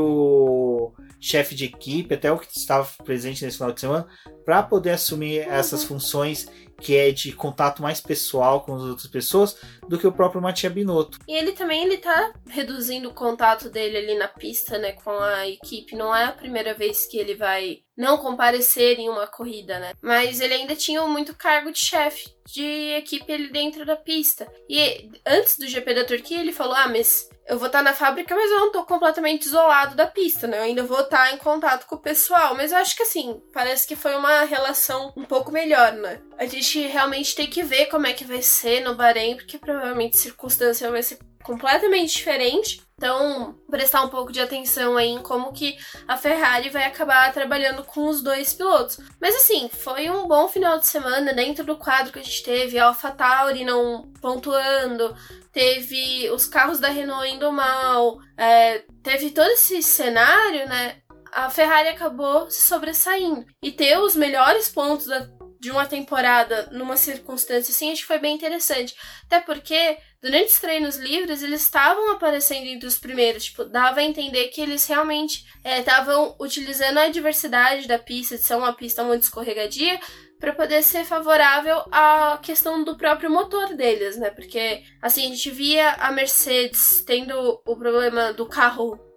outro chefe de equipe, até o que estava presente nesse final de semana, para poder assumir uhum. essas funções que é de contato mais pessoal com as outras pessoas do que o próprio Mattia Binotto. E ele também ele tá reduzindo o contato dele ali na pista, né, com a equipe. Não é a primeira vez que ele vai não comparecer em uma corrida, né? Mas ele ainda tinha muito cargo de chefe de equipe ali dentro da pista. E antes do G P da Turquia, ele falou, ah, mas eu vou estar na fábrica, mas eu não tô completamente isolado da pista, né? Eu ainda vou estar em contato com o pessoal. Mas eu acho que, assim, parece que foi uma relação um pouco melhor, né? A gente realmente tem que ver como é que vai ser no Bahrein, porque provavelmente a circunstância vai ser completamente diferente. Então, prestar um pouco de atenção aí em como que a Ferrari vai acabar trabalhando com os dois pilotos. Mas assim, foi um bom final de semana dentro do quadro que a gente teve, a AlphaTauri não pontuando, teve os carros da Renault indo mal, é, teve todo esse cenário, né? A Ferrari acabou se sobressaindo. E ter os melhores pontos da de uma temporada numa circunstância assim, acho que foi bem interessante. Até porque, durante os treinos livres, eles estavam aparecendo entre os primeiros. Tipo, dava a entender que eles realmente estavam é, utilizando a diversidade da pista, de ser uma pista muito escorregadia, para poder ser favorável à questão do próprio motor deles, né? Porque, assim, a gente via a Mercedes tendo o problema do carro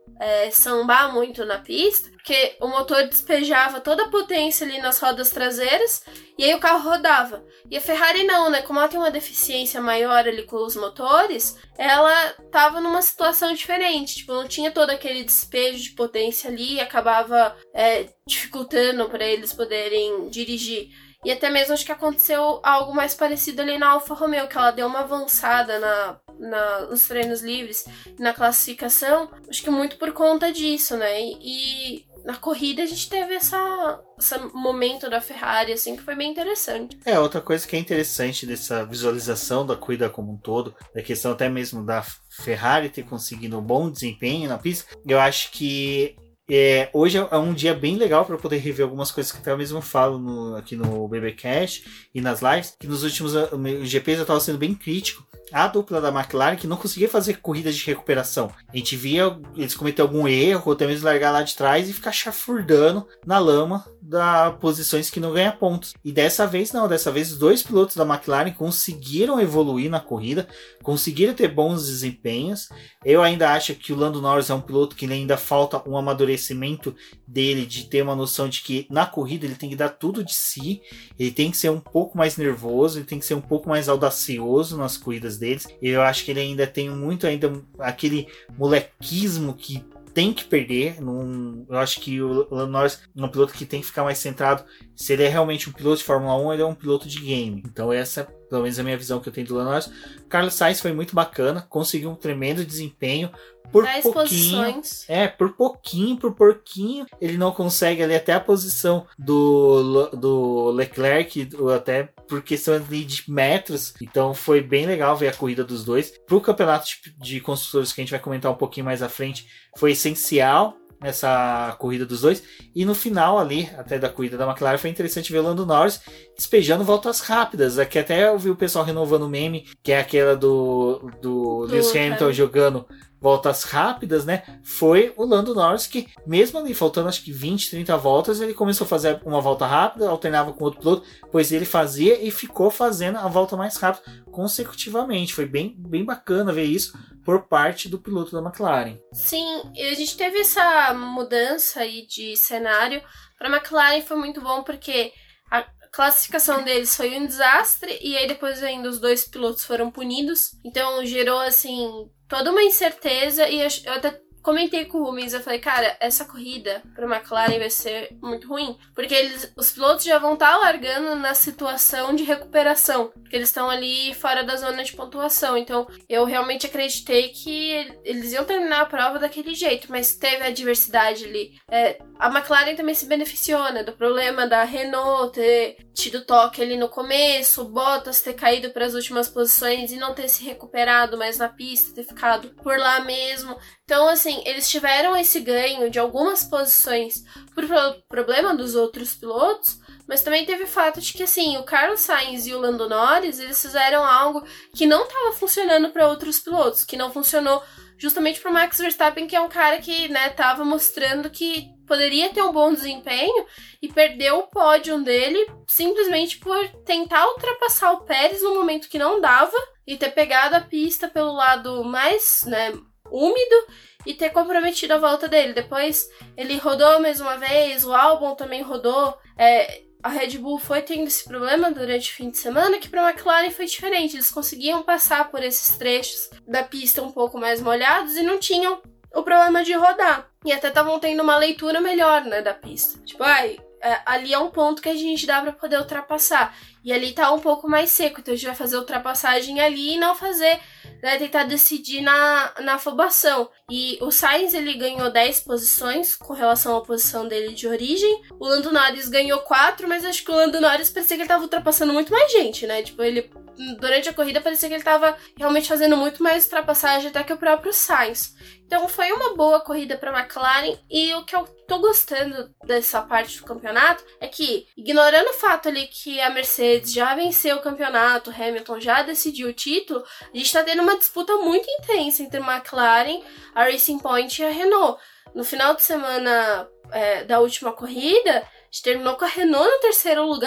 é, sambar muito na pista, porque o motor despejava toda a potência ali nas rodas traseiras e aí o carro rodava. E a Ferrari não, né? Como ela tem uma deficiência maior ali com os motores, ela tava numa situação diferente. Tipo, não tinha todo aquele despejo de potência ali e acabava é, dificultando para eles poderem dirigir. E até mesmo acho que aconteceu algo mais parecido ali na Alfa Romeo, que ela deu uma avançada na, na, nos treinos livres, na classificação, acho que muito por conta disso, né? E, e na corrida a gente teve essa, esse momento da Ferrari, assim, que foi bem interessante. É, outra coisa que é interessante dessa visualização da corrida como um todo, da questão até mesmo da Ferrari ter conseguido um bom desempenho na pista, eu acho que É, hoje é um dia bem legal para poder rever algumas coisas que até eu mesmo falo no, aqui no BBcast e nas lives, que nos últimos G Ps eu estava sendo bem crítico à dupla da McLaren, que não conseguia fazer corridas de recuperação. A gente via eles cometer algum erro, ou até mesmo largar lá de trás e ficar chafurdando na lama das posições que não ganha pontos. E dessa vez não, dessa vez os dois pilotos da McLaren conseguiram evoluir na corrida, conseguiram ter bons desempenhos. Eu ainda acho que o Lando Norris é um piloto que ainda falta um amadurecimento dele, de ter uma noção de que na corrida ele tem que dar tudo de si, ele tem que ser um pouco mais nervoso, ele tem que ser um pouco mais audacioso nas corridas deles. Eu acho que ele ainda tem muito ainda aquele molequismo que tem que perder. Num, eu acho que o Lando Norris é um piloto que tem que ficar mais centrado. Se ele é realmente um piloto de Fórmula um, ele é um piloto de game. Então essa é pelo menos a minha visão que eu tenho do Lando Norris. Carlos Sainz foi muito bacana, conseguiu um tremendo desempenho. Por dez pouquinho, posições. É, por pouquinho, por pouquinho, ele não consegue ali até a posição do, do Leclerc, até por questão ali de metros. Então foi bem legal ver a corrida dos dois. Pro campeonato de, de construtores, que a gente vai comentar um pouquinho mais à frente, foi essencial essa corrida dos dois. E no final ali, até da corrida da McLaren, foi interessante ver o Lando Norris despejando voltas rápidas. Aqui até eu vi o pessoal renovando o meme, que é aquela do, do, do Lewis Hamilton jogando voltas rápidas, né? Foi o Lando Norris que, mesmo ali faltando acho que vinte, trinta voltas, ele começou a fazer uma volta rápida, alternava com outro piloto, pois ele fazia e ficou fazendo a volta mais rápida consecutivamente. Foi bem, bem bacana ver isso por parte do piloto da McLaren. Sim, a gente teve essa mudança aí de cenário. Para a McLaren foi muito bom porque a classificação deles foi um desastre e aí depois ainda os dois pilotos foram punidos. Então gerou assim toda uma incerteza e eu até comentei com o Rubens, eu falei, cara, essa corrida pra McLaren vai ser muito ruim, porque eles, os pilotos já vão estar largando na situação de recuperação, porque eles estão ali fora da zona de pontuação, então eu realmente acreditei que eles iam terminar a prova daquele jeito, mas teve a diversidade ali. É, a McLaren também se beneficiou, né, do problema da Renault ter tido toque ali no começo, o Bottas ter caído para as últimas posições e não ter se recuperado mais na pista, ter ficado por lá mesmo. Então, assim, eles tiveram esse ganho de algumas posições por problema dos outros pilotos, mas também teve o fato de que, assim, o Carlos Sainz e o Lando Norris, eles fizeram algo que não estava funcionando para outros pilotos, que não funcionou justamente para o Max Verstappen, que é um cara que, né, estava mostrando que poderia ter um bom desempenho e perdeu o pódio dele simplesmente por tentar ultrapassar o Pérez no momento que não dava e ter pegado a pista pelo lado mais, né, úmido e ter comprometido a volta dele. Depois ele rodou mais uma vez, o Albon também rodou. É, a Red Bull foi tendo esse problema durante o fim de semana, que para a McLaren foi diferente. Eles conseguiam passar por esses trechos da pista um pouco mais molhados e não tinham o problema de rodar. E até estavam tendo uma leitura melhor, né, da pista. Tipo, ai, é, ali é um ponto que a gente dá para poder ultrapassar. E ali tá um pouco mais seco, então a gente vai fazer ultrapassagem ali e não fazer, né, tentar decidir na, na afobação. E o Sainz, ele ganhou dez posições com relação à posição dele de origem. O Lando Norris ganhou quatro, mas acho que o Lando Norris parecia que ele tava ultrapassando muito mais gente, né? Tipo, ele, durante a corrida, parecia que ele tava realmente fazendo muito mais ultrapassagem até que o próprio Sainz. Então foi uma boa corrida para a McLaren e o que eu tô gostando dessa parte do campeonato é que, ignorando o fato ali que a Mercedes já venceu o campeonato, Hamilton já decidiu o título, a gente tá tendo uma disputa muito intensa entre a McLaren, a Racing Point e a Renault. No final de semana é, da última corrida, a gente terminou com a Renault no terceiro lugar,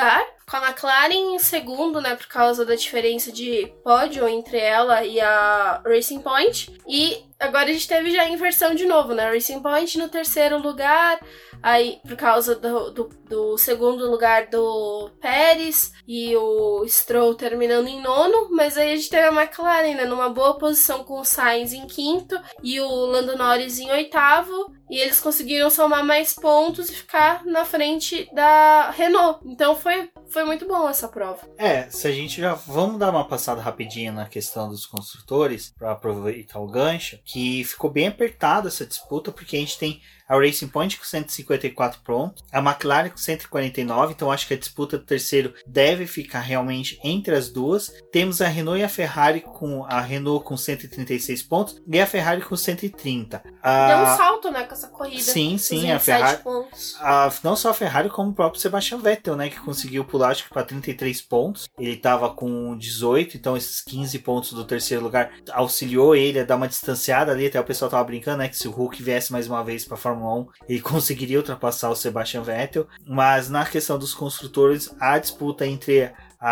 com a McLaren em segundo, né, por causa da diferença de pódio entre ela e a Racing Point. E agora a gente teve já a inversão de novo, né? Racing Point no terceiro lugar, aí por causa do, do, do segundo lugar do Pérez e o Stroll terminando em nono, mas aí a gente teve a McLaren, né, numa boa posição com o Sainz em quinto e o Lando Norris em oitavo, e eles conseguiram somar mais pontos e ficar na frente da Renault. Então foi, foi muito bom essa prova. É, se a gente já... Vamos dar uma passada rapidinha na questão dos construtores, para aproveitar o gancho, que ficou bem apertada essa disputa, porque a gente tem a Racing Point com cento e cinquenta e quatro pontos, a McLaren com cento e quarenta e nove, então acho que a disputa do terceiro deve ficar realmente entre as duas. Temos a Renault e a Ferrari, com a Renault com cento e trinta e seis pontos e a Ferrari com cento e trinta. A... Deu um salto, né, com essa corrida. Sim, sim, a Ferrari. A, não só a Ferrari, como o próprio Sebastian Vettel, né, que conseguiu pular, acho que para trinta e três pontos. Ele estava com dezoito, então esses quinze pontos do terceiro lugar auxiliou ele a dar uma distanciada ali. Até o pessoal tava brincando, né, que se o Hulk viesse mais uma vez para a Fórmula um, ele conseguiria ultrapassar o Sebastian Vettel. Mas na questão dos construtores, a disputa entre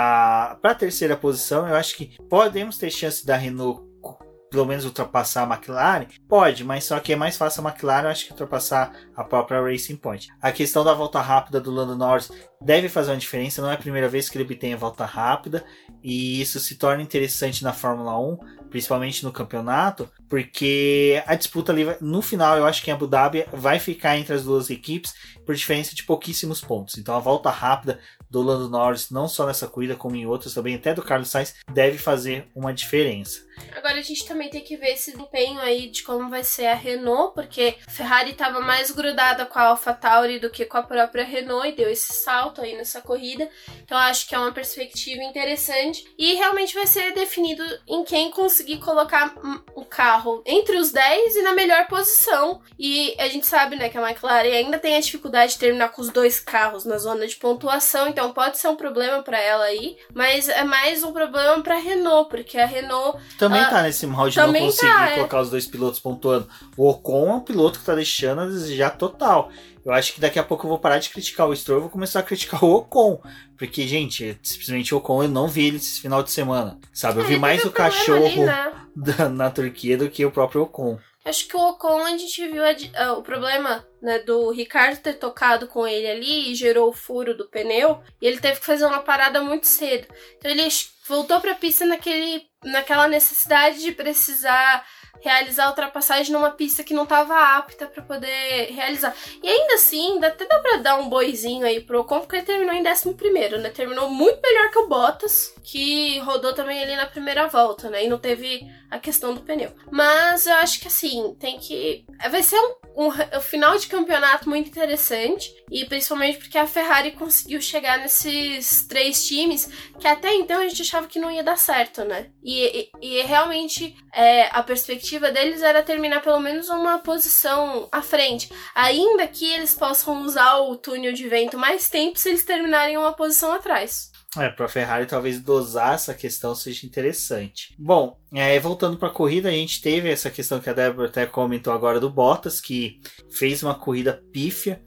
a para a terceira posição, eu acho que podemos ter chance da Renault pelo menos ultrapassar a McLaren? Pode, mas só que é mais fácil a McLaren, eu acho, que ultrapassar a própria Racing Point. A questão da volta rápida do Lando Norris deve fazer uma diferença, não é a primeira vez que ele obtém a volta rápida, e isso se torna interessante na Fórmula um, principalmente no campeonato, porque a disputa ali, no final, eu acho que em Abu Dhabi vai ficar entre as duas equipes por diferença de pouquíssimos pontos. Então a volta rápida do Lando Norris, não só nessa corrida como em outras também, até do Carlos Sainz, deve fazer uma diferença. Agora a gente também tem que ver esse desempenho aí de como vai ser a Renault, porque a Ferrari estava mais grudada com a AlphaTauri do que com a própria Renault e deu esse salto aí nessa corrida. Então acho que é uma perspectiva interessante e realmente vai ser definido em quem conseguir colocar o carro entre os dez e na melhor posição. E a gente sabe, né, que a McLaren ainda tem a dificuldade de terminar com os dois carros na zona de pontuação, então pode ser um problema para ela aí, mas é mais um problema para a Renault, porque a Renault também ela, tá nesse mal de não conseguir tá, colocar é. os dois pilotos pontuando. O Ocon é um piloto que tá deixando a desejar total. Eu acho que daqui a pouco eu vou parar de criticar o Stroll e vou começar a criticar o Ocon. Porque, gente, simplesmente o Ocon, eu não vi ele esse final de semana. Sabe, eu vi mais o cachorro ali, né, da, na Turquia do que o próprio Ocon. Acho que o Ocon, a gente viu a, a, o problema, né, do Ricardo ter tocado com ele ali e gerou o furo do pneu. E ele teve que fazer uma parada muito cedo. Então ele voltou pra pista naquele, naquela necessidade de precisar realizar a ultrapassagem numa pista que não estava apta para poder realizar. E ainda assim, até dá para dar um boizinho aí pro Ocon, porque ele terminou em décimo primeiro, né? Terminou muito melhor que o Bottas, que rodou também ali na primeira volta, né? E não teve a questão do pneu. Mas eu acho que assim, tem que... Vai ser um, um, um final de campeonato muito interessante, e principalmente porque a Ferrari conseguiu chegar nesses três times que até então a gente achava que não ia dar certo, né? E, e, e realmente é, a perspectiva deles era terminar pelo menos uma posição à frente, ainda que eles possam usar o túnel de vento mais tempo se eles terminarem uma posição atrás. É, para a Ferrari talvez dosar essa questão seja interessante. Bom, é, voltando para a corrida, a gente teve essa questão que a Débora até comentou agora do Bottas, que fez uma corrida pífia.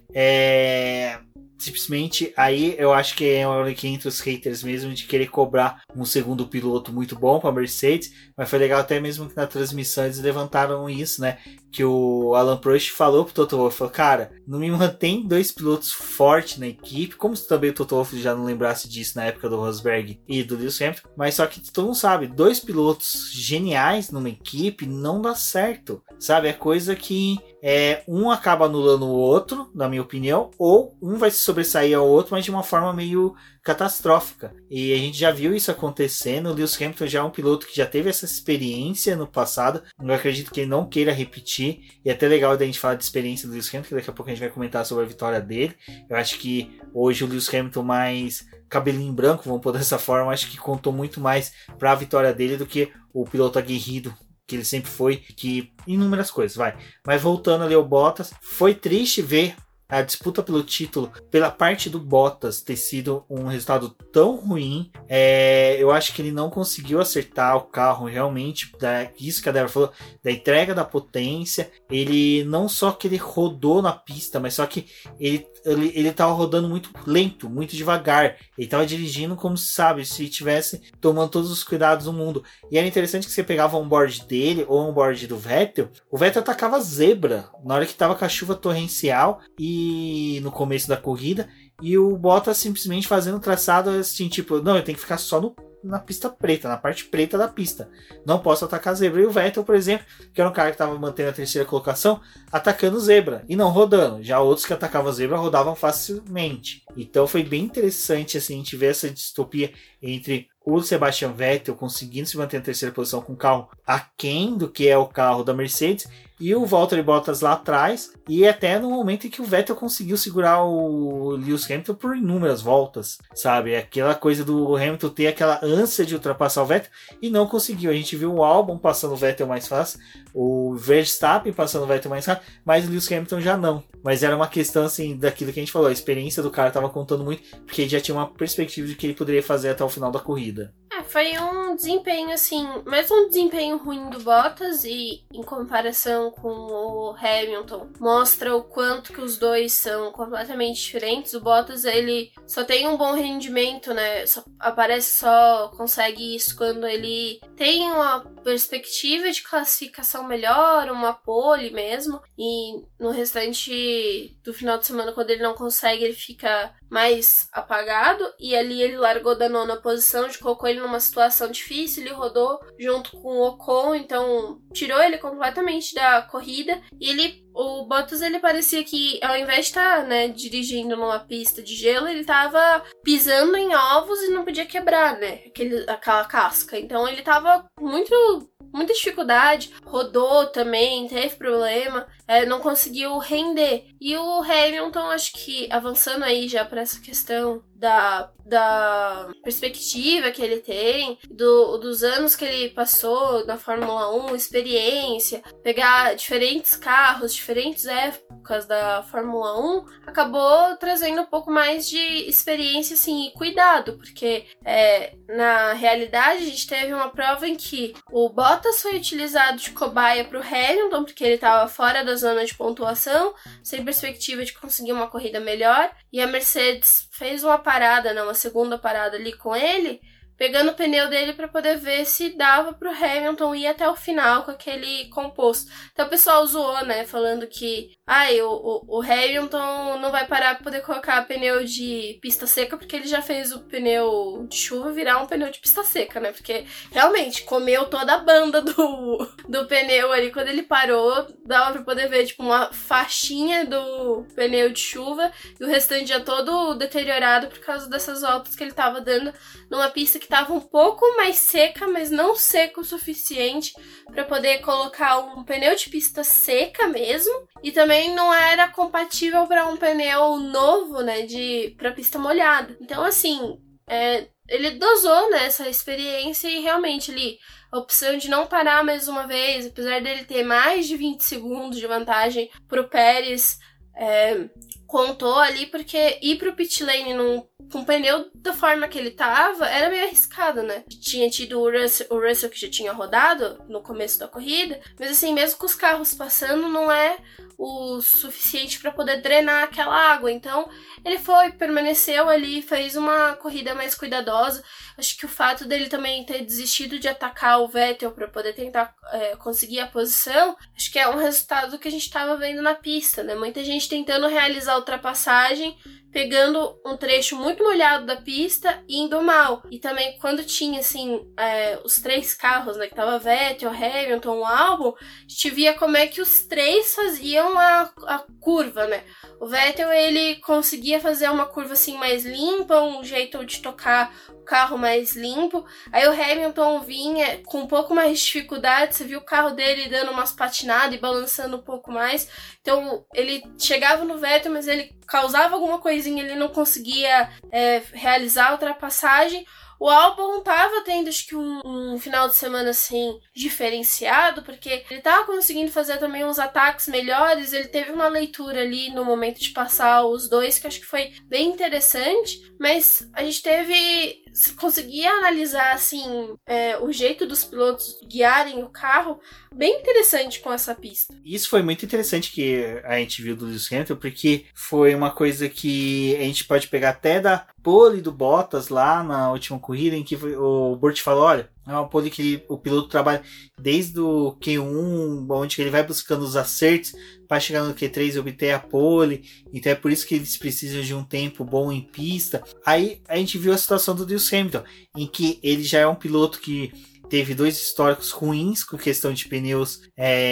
É... Simplesmente aí eu acho que é uma hora que entre os haters mesmo de querer cobrar um segundo piloto muito bom para a Mercedes, mas foi legal até mesmo que na transmissão eles levantaram isso, né? Que o Alan Prost falou pro Toto Wolff, falou, cara, não me mantém dois pilotos fortes na equipe, como se também o Toto Wolff já não lembrasse disso na época do Rosberg e do Lewis Hamilton, mas só que todo mundo sabe, dois pilotos geniais numa equipe não dá certo, sabe? É coisa que é, um acaba anulando o outro, na minha opinião, ou um vai se sobressair ao outro, mas de uma forma meio catastrófica. E a gente já viu isso acontecendo. O Lewis Hamilton já é um piloto que já teve essa experiência no passado. Eu acredito que ele não queira repetir. E é até legal da gente falar de experiência do Lewis Hamilton, que daqui a pouco a gente vai comentar sobre a vitória dele. Eu acho que hoje o Lewis Hamilton mais cabelinho branco, vamos pôr dessa forma, acho que contou muito mais para a vitória dele do que o piloto aguerrido que ele sempre foi, que inúmeras coisas, vai. Mas voltando ali ao Bottas, foi triste ver a disputa pelo título, pela parte do Bottas ter sido um resultado tão ruim, é, eu acho que ele não conseguiu acertar o carro realmente, da, isso que a Débora falou, da entrega da potência. Ele não só que ele rodou na pista, mas só que ele, ele, ele tava rodando muito lento, muito devagar. Ele tava dirigindo como, sabe, se estivesse tomando todos os cuidados do mundo. E era interessante que você pegava o onboard dele ou o onboard do Vettel, o Vettel atacava zebra na hora que tava com a chuva torrencial e no começo da corrida, e o Bottas simplesmente fazendo traçado assim, tipo, não, eu tenho que ficar só no na pista preta, na parte preta da pista. Não posso atacar zebra. E o Vettel, por exemplo, que era um cara que estava mantendo a terceira colocação, atacando zebra e não rodando. Já outros que atacavam zebra rodavam facilmente. Então foi bem interessante assim, a gente ver essa distopia entre o Sebastian Vettel conseguindo se manter na terceira posição com um carro aquém do que é o carro da Mercedes, e o Valtteri Bottas lá atrás, e até no momento em que o Vettel conseguiu segurar o Lewis Hamilton por inúmeras voltas, sabe? Aquela coisa do Hamilton ter aquela ânsia de ultrapassar o Vettel e não conseguiu. A gente viu o Albon passando o Vettel mais fácil, o Verstappen passando o Vettel mais rápido, mas o Lewis Hamilton já não. Mas era uma questão assim, daquilo que a gente falou, a experiência do cara estava contando muito, porque ele já tinha uma perspectiva de que ele poderia fazer até o final da corrida. É, foi um desempenho assim, mais um desempenho ruim do Bottas, e em comparação com o Hamilton, mostra o quanto que os dois são completamente diferentes. O Bottas, ele só tem um bom rendimento, né, só aparece, só consegue isso quando ele tem uma perspectiva de classificação melhor, uma pole mesmo, e no restante do final de semana, quando ele não consegue, ele fica mais apagado, e ali ele largou da nona posição, de colocou ele numa situação difícil, ele rodou junto com o Ocon, então tirou ele completamente da corrida, e ele, o Bottas, ele parecia que ao invés de estar, né, dirigindo numa pista de gelo, ele tava pisando em ovos e não podia quebrar, né, aquele, aquela casca, então ele tava muito muita dificuldade, rodou também, teve problema, é, não conseguiu render. E o Hamilton, acho que avançando aí já para essa questão da, da perspectiva que ele tem, do, dos anos que ele passou na Fórmula um, experiência, pegar diferentes carros, diferentes épocas da Fórmula um, acabou trazendo um pouco mais de experiência assim, e cuidado, porque é, na realidade a gente teve uma prova em que o Bottas foi utilizado de cobaia para o Hamilton, porque ele estava fora da zona de pontuação, sem perspectiva de conseguir uma corrida melhor, e a Mercedes fez uma parada, não, uma segunda parada ali com ele, pegando o pneu dele para poder ver se dava pro Hamilton ir até o final com aquele composto. Então o pessoal zoou, né, falando que ai, o, o, o Hamilton não vai parar para poder colocar pneu de pista seca, porque ele já fez o pneu de chuva virar um pneu de pista seca, né, porque realmente comeu toda a banda do, do pneu ali. Quando ele parou, dava para poder ver tipo uma faixinha do pneu de chuva, e o restante já todo deteriorado por causa dessas voltas que ele tava dando numa pista que estava um pouco mais seca, mas não seca o suficiente para poder colocar um pneu de pista seca mesmo, e também não era compatível para um pneu novo, né, de para pista molhada. Então, assim, é, ele dosou, né, essa experiência, e realmente ele, a opção de não parar mais uma vez, apesar dele ter mais de vinte segundos de vantagem pro Pérez, é, contou ali, porque ir pro pit lane num, com o pneu da forma que ele tava era meio arriscado, né? Tinha tido o Russell, o Russell que já tinha rodado no começo da corrida, mas assim, mesmo com os carros passando, não é o suficiente para poder drenar aquela água. Então ele foi, permaneceu ali, fez uma corrida mais cuidadosa. Acho que o fato dele também ter desistido de atacar o Vettel para poder tentar é, conseguir a posição, acho que é um resultado que a gente estava vendo na pista, né? Muita gente tentando realizar a ultrapassagem, pegando um trecho muito molhado da pista e indo mal. E também quando tinha, assim, é, os três carros, né, que tava Vettel, Hamilton, Albon, a gente via como é que os três faziam a, a curva, né. O Vettel, ele conseguia fazer uma curva, assim, mais limpa, um jeito de tocar o carro mais limpo. Aí o Hamilton vinha com um pouco mais de dificuldade, você viu o carro dele dando umas patinadas e balançando um pouco mais. Então, ele chegava no Vettel, mas ele causava alguma coisinha, ele não conseguia é, realizar a ultrapassagem. O Albon tava tendo, acho que, um, um final de semana, assim, diferenciado, porque ele tava conseguindo fazer também uns ataques melhores, ele teve uma leitura ali no momento de passar os dois, que acho que foi bem interessante, mas a gente teve... conseguia analisar, assim, é, o jeito dos pilotos guiarem o carro, bem interessante com essa pista. Isso foi muito interessante que a gente viu do Lewis Hamilton, porque foi uma coisa que a gente pode pegar até da pole do Bottas lá na última corrida, em que o Burt falou, olha, é uma pole que ele, o piloto trabalha desde o Q um, onde ele vai buscando os acertos para chegar no Q três e obter a pole, então é por isso que eles precisam de um tempo bom em pista. Aí a gente viu a situação do Lewis Hamilton, em que ele já é um piloto que teve dois históricos ruins com questão de pneus,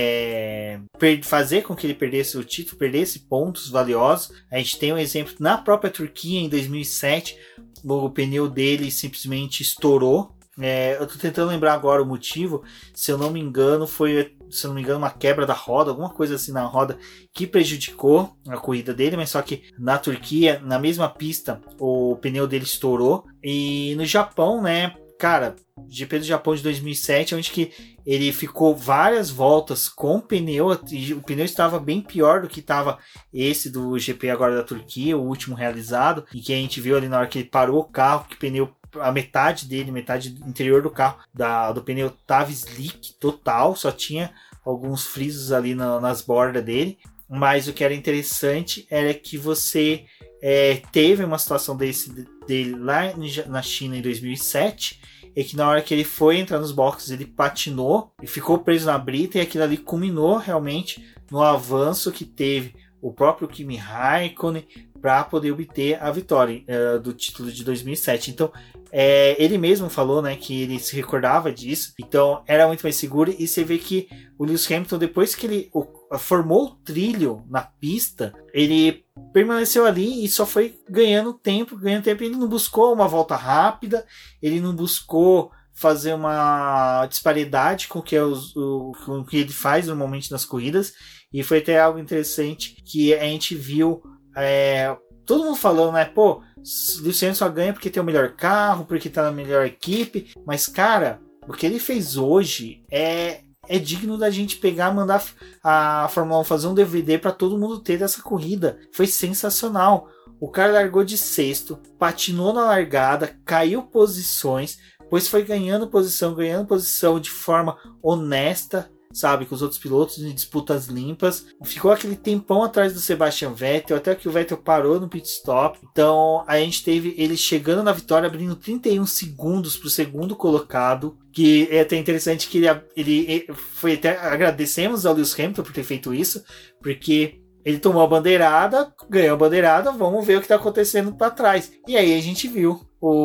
é, fazer com que ele perdesse o título, perdesse pontos valiosos. A gente tem um exemplo na própria Turquia em dois mil e sete, o pneu dele simplesmente estourou. É, eu tô tentando lembrar agora o motivo, se eu não me engano foi, se eu não me engano, uma quebra da roda, alguma coisa assim na roda que prejudicou a corrida dele, mas só que na Turquia, na mesma pista, o pneu dele estourou. E no Japão, né, cara, G P do Japão de dois mil e sete, onde que ele ficou várias voltas com o pneu, e o pneu estava bem pior do que estava esse do G P agora da Turquia, o último realizado, e que a gente viu ali na hora que ele parou o carro, que o pneu, a metade dele, metade interior do carro, da, do pneu tava slick total, só tinha alguns frisos ali na, nas bordas dele. Mas o que era interessante era que você é, teve uma situação desse, dele lá na China em dois mil e sete, e que na hora que ele foi entrar nos boxes ele patinou e ficou preso na brita, e aquilo ali culminou realmente no avanço que teve o próprio Kimi Raikkonen para poder obter a vitória uh, do título de dois mil e sete. Então, é, ele mesmo falou, né, que ele se recordava disso, então era muito mais seguro. E você vê que o Lewis Hamilton, depois que ele o, formou o trilho na pista, ele permaneceu ali e só foi ganhando tempo, ganhando tempo. Ele não buscou uma volta rápida, ele não buscou fazer uma disparidade com o que, é os, o, com o que ele faz normalmente nas corridas. E foi até algo interessante que a gente viu, é, todo mundo falando, né, pô, Lewis Hamilton só ganha porque tem o melhor carro, porque tá na melhor equipe, mas cara, o que ele fez hoje é, é digno da gente pegar, mandar a Fórmula um fazer um D V D para todo mundo ter dessa corrida. Foi sensacional. O cara largou de sexto, patinou na largada, caiu posições, depois foi ganhando posição, ganhando posição de forma honesta, sabe, com os outros pilotos em disputas limpas. Ficou aquele tempão atrás do Sebastian Vettel, até que o Vettel parou no pit stop. Então a gente teve ele chegando na vitória, abrindo trinta e um segundos para o segundo colocado, que é até interessante que ele, ele foi até, agradecemos ao Lewis Hamilton por ter feito isso, porque ele tomou a bandeirada, ganhou a bandeirada, vamos ver o que está acontecendo para trás. E aí a gente viu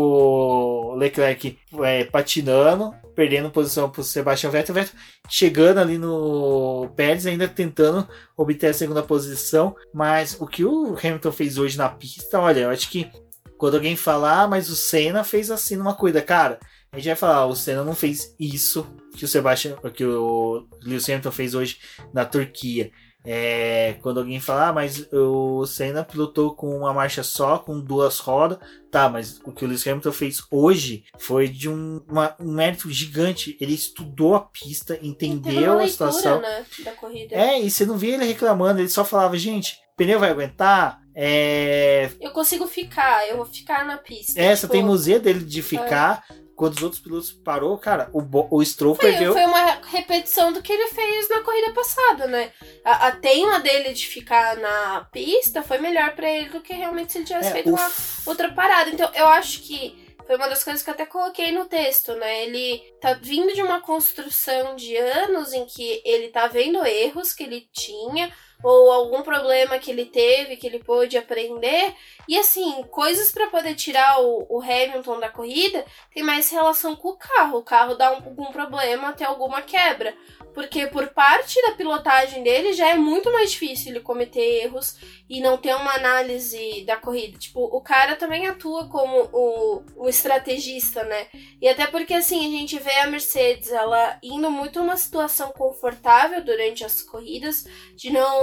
o Leclerc é, patinando, perdendo posição para o Sebastian Vettel, Vettel chegando ali no Pérez, ainda tentando obter a segunda posição. Mas o que o Hamilton fez hoje na pista, olha, eu acho que quando alguém falar, ah, mas o Senna fez assim numa corrida, cara, a gente vai falar, ah, o Senna não fez isso que o Sebastian, que o Lewis Hamilton fez hoje na Turquia. É, quando alguém fala, ah, mas o Senna pilotou com uma marcha só, com duas rodas, tá, mas o que o Lewis Hamilton fez hoje foi de um, uma, um mérito gigante. Ele estudou a pista, entendeu a situação, né, da corrida. É, e você não via ele reclamando, ele só falava, gente, o pneu vai aguentar, é... eu consigo ficar, eu vou ficar na pista. É, essa tipo... teimosia dele de ficar, é. Quando os outros pilotos parou, cara, o, o Stroll foi, perdeu... Foi uma repetição do que ele fez na corrida passada, né? A, a teima dele de ficar na pista foi melhor pra ele do que realmente se ele tivesse é, feito uf. uma outra parada. Então, eu acho que foi uma das coisas que eu até coloquei no texto, né? Ele tá vindo de uma construção de anos em que ele tá vendo erros que ele tinha, ou algum problema que ele teve, que ele pôde aprender. E assim, coisas para poder tirar o, o Hamilton da corrida tem mais relação com o carro. O carro dá um, algum problema, tem alguma quebra. Porque por parte da pilotagem dele já é muito mais difícil ele cometer erros e não ter uma análise da corrida. Tipo, o cara também atua como o, o estrategista, né? E até porque, assim, a gente vê a Mercedes, ela indo muito numa situação confortável durante as corridas, de não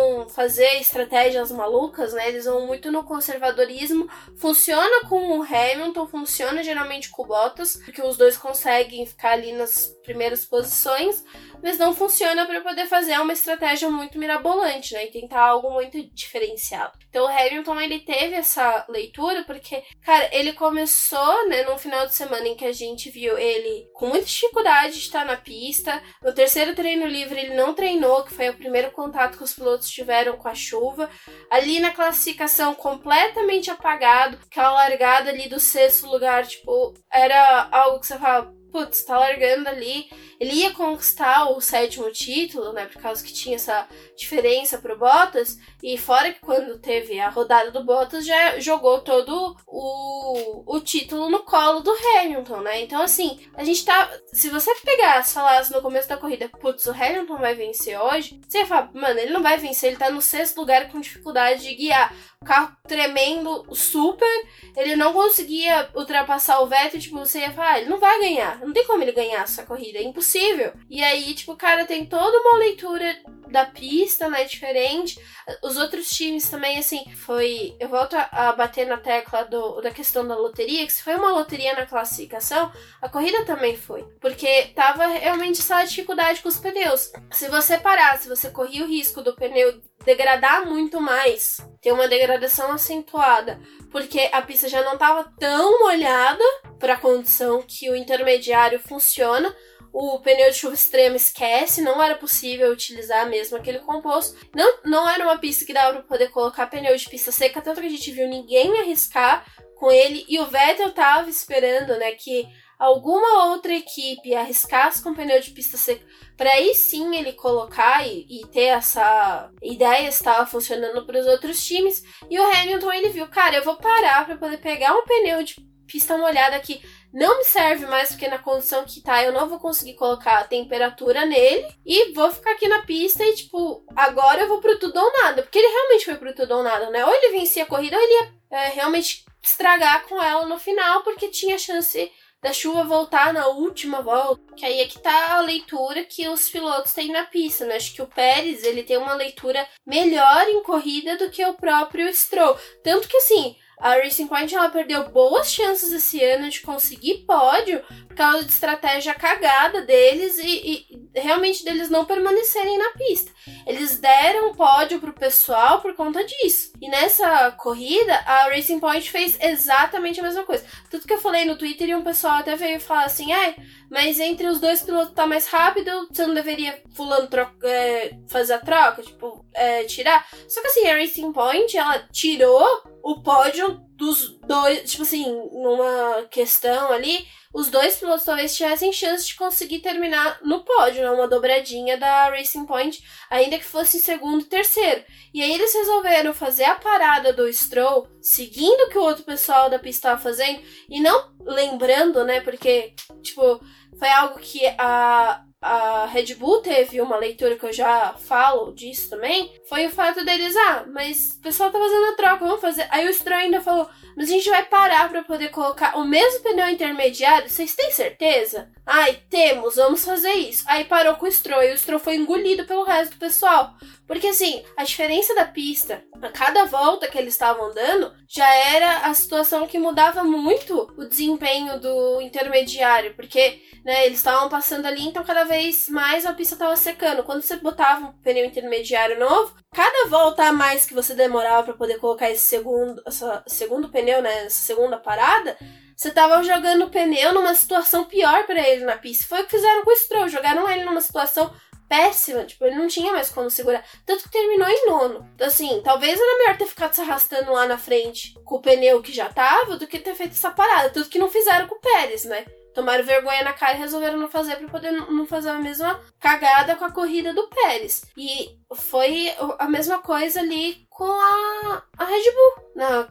vão fazer estratégias malucas, né? Eles vão muito no conservadorismo. Funciona com o Hamilton, funciona geralmente com o Bottas, porque os dois conseguem ficar ali nas primeiras posições, mas não funciona para poder fazer uma estratégia muito mirabolante, né? E tentar algo muito diferenciado. Então o Hamilton, ele teve essa leitura porque, cara, ele começou, né, num final de semana em que a gente viu ele com muita dificuldade de estar na pista. No terceiro treino livre ele não treinou, que foi o primeiro contato que os pilotos tiveram com a chuva. Ali na classificação, completamente apagado, aquela largada ali do sexto lugar, tipo, era algo que você fala, putz, tá largando ali. Ele ia conquistar o sétimo título, né, por causa que tinha essa diferença pro Bottas, e fora que quando teve a rodada do Bottas, já jogou todo o, o título no colo do Hamilton, né, então assim, a gente tá, se você pegar, falasse no começo da corrida, putz, o Hamilton vai vencer hoje, você ia falar, mano, ele não vai vencer, ele tá no sexto lugar com dificuldade de guiar, o carro tremendo, super, ele não conseguia ultrapassar o Vettel, tipo, você ia falar, ah, ele não vai ganhar, não tem como ele ganhar essa corrida, é impossível. E aí, tipo, o cara tem toda uma leitura da pista, né, diferente. Os outros times também, assim, foi... Eu volto a, a bater na tecla do, da questão da loteria, que se foi uma loteria na classificação, a corrida também foi. Porque tava realmente só a dificuldade com os pneus. Se você parar, se você corria o risco do pneu degradar muito mais, ter uma degradação acentuada, porque a pista já não tava tão molhada para a condição que o intermediário funciona, o pneu de chuva extrema esquece, não era possível utilizar mesmo aquele composto. Não, não era uma pista que dava para poder colocar pneu de pista seca, tanto que a gente viu ninguém arriscar com ele, e o Vettel tava esperando, né, que alguma outra equipe arriscasse com pneu de pista seca, para aí sim ele colocar e, e ter essa ideia, estava funcionando para os outros times. E o Hamilton, ele viu, cara, eu vou parar para poder pegar um pneu de pista molhada que não me serve mais, porque na condição que tá eu não vou conseguir colocar a temperatura nele, e vou ficar aqui na pista e tipo, agora eu vou pro tudo ou nada, porque ele realmente foi pro tudo ou nada, né? Ou ele vencia a corrida ou ele ia é, realmente estragar com ela no final, porque tinha chance da chuva voltar na última volta, que aí é que tá a leitura que os pilotos têm na pista, né? Acho que o Pérez, ele tem uma leitura melhor em corrida do que o próprio Stroll, tanto que assim, a Racing Point, ela perdeu boas chances esse ano de conseguir pódio por causa de estratégia cagada deles e, e realmente deles não permanecerem na pista. Eles deram pódio pro pessoal por conta disso. E nessa corrida, a Racing Point fez exatamente a mesma coisa. Tudo que eu falei no Twitter e um pessoal até veio falar assim, ah, mas entre os dois pilotos tá mais rápido, você não deveria fulano troca, é, fazer a troca, tipo, é, tirar? Só que assim, a Racing Point, ela tirou o pódio dos dois, tipo assim, numa questão ali, os dois pilotos talvez tivessem chance de conseguir terminar no pódio, né? Uma dobradinha da Racing Point, ainda que fosse em segundo e terceiro. E aí eles resolveram fazer a parada do Stroll, seguindo o que o outro pessoal da pista estava fazendo, e não lembrando, né, porque, tipo, foi algo que a... a Red Bull teve uma leitura que eu já falo disso também, foi o fato deles, ah, mas o pessoal tá fazendo a troca, vamos fazer. Aí o Stroll ainda falou, mas a gente vai parar pra poder colocar o mesmo pneu intermediário, vocês têm certeza? Ai, temos, vamos fazer isso. Aí parou com o Stroll e o Stroll foi engolido pelo resto do pessoal. Porque assim, a diferença da pista, a cada volta que eles estavam dando, já era a situação que mudava muito o desempenho do intermediário, porque, né, eles estavam passando ali, então cada vez mais a pista estava secando. Quando você botava um pneu intermediário novo, cada volta a mais que você demorava para poder colocar esse segundo, essa, segundo pneu, né, essa segunda parada, você tava jogando o pneu numa situação pior para ele na pista. Foi o que fizeram com o Stroll, jogaram ele numa situação péssima, tipo, ele não tinha mais como segurar, tanto que terminou em nono. Então, assim, talvez era melhor ter ficado se arrastando lá na frente com o pneu que já tava, do que ter feito essa parada, tanto que não fizeram com o Pérez, né? Tomaram vergonha na cara e resolveram não fazer pra poder não fazer a mesma cagada com a corrida do Pérez. E foi a mesma coisa ali com a, a Red Bull. Na,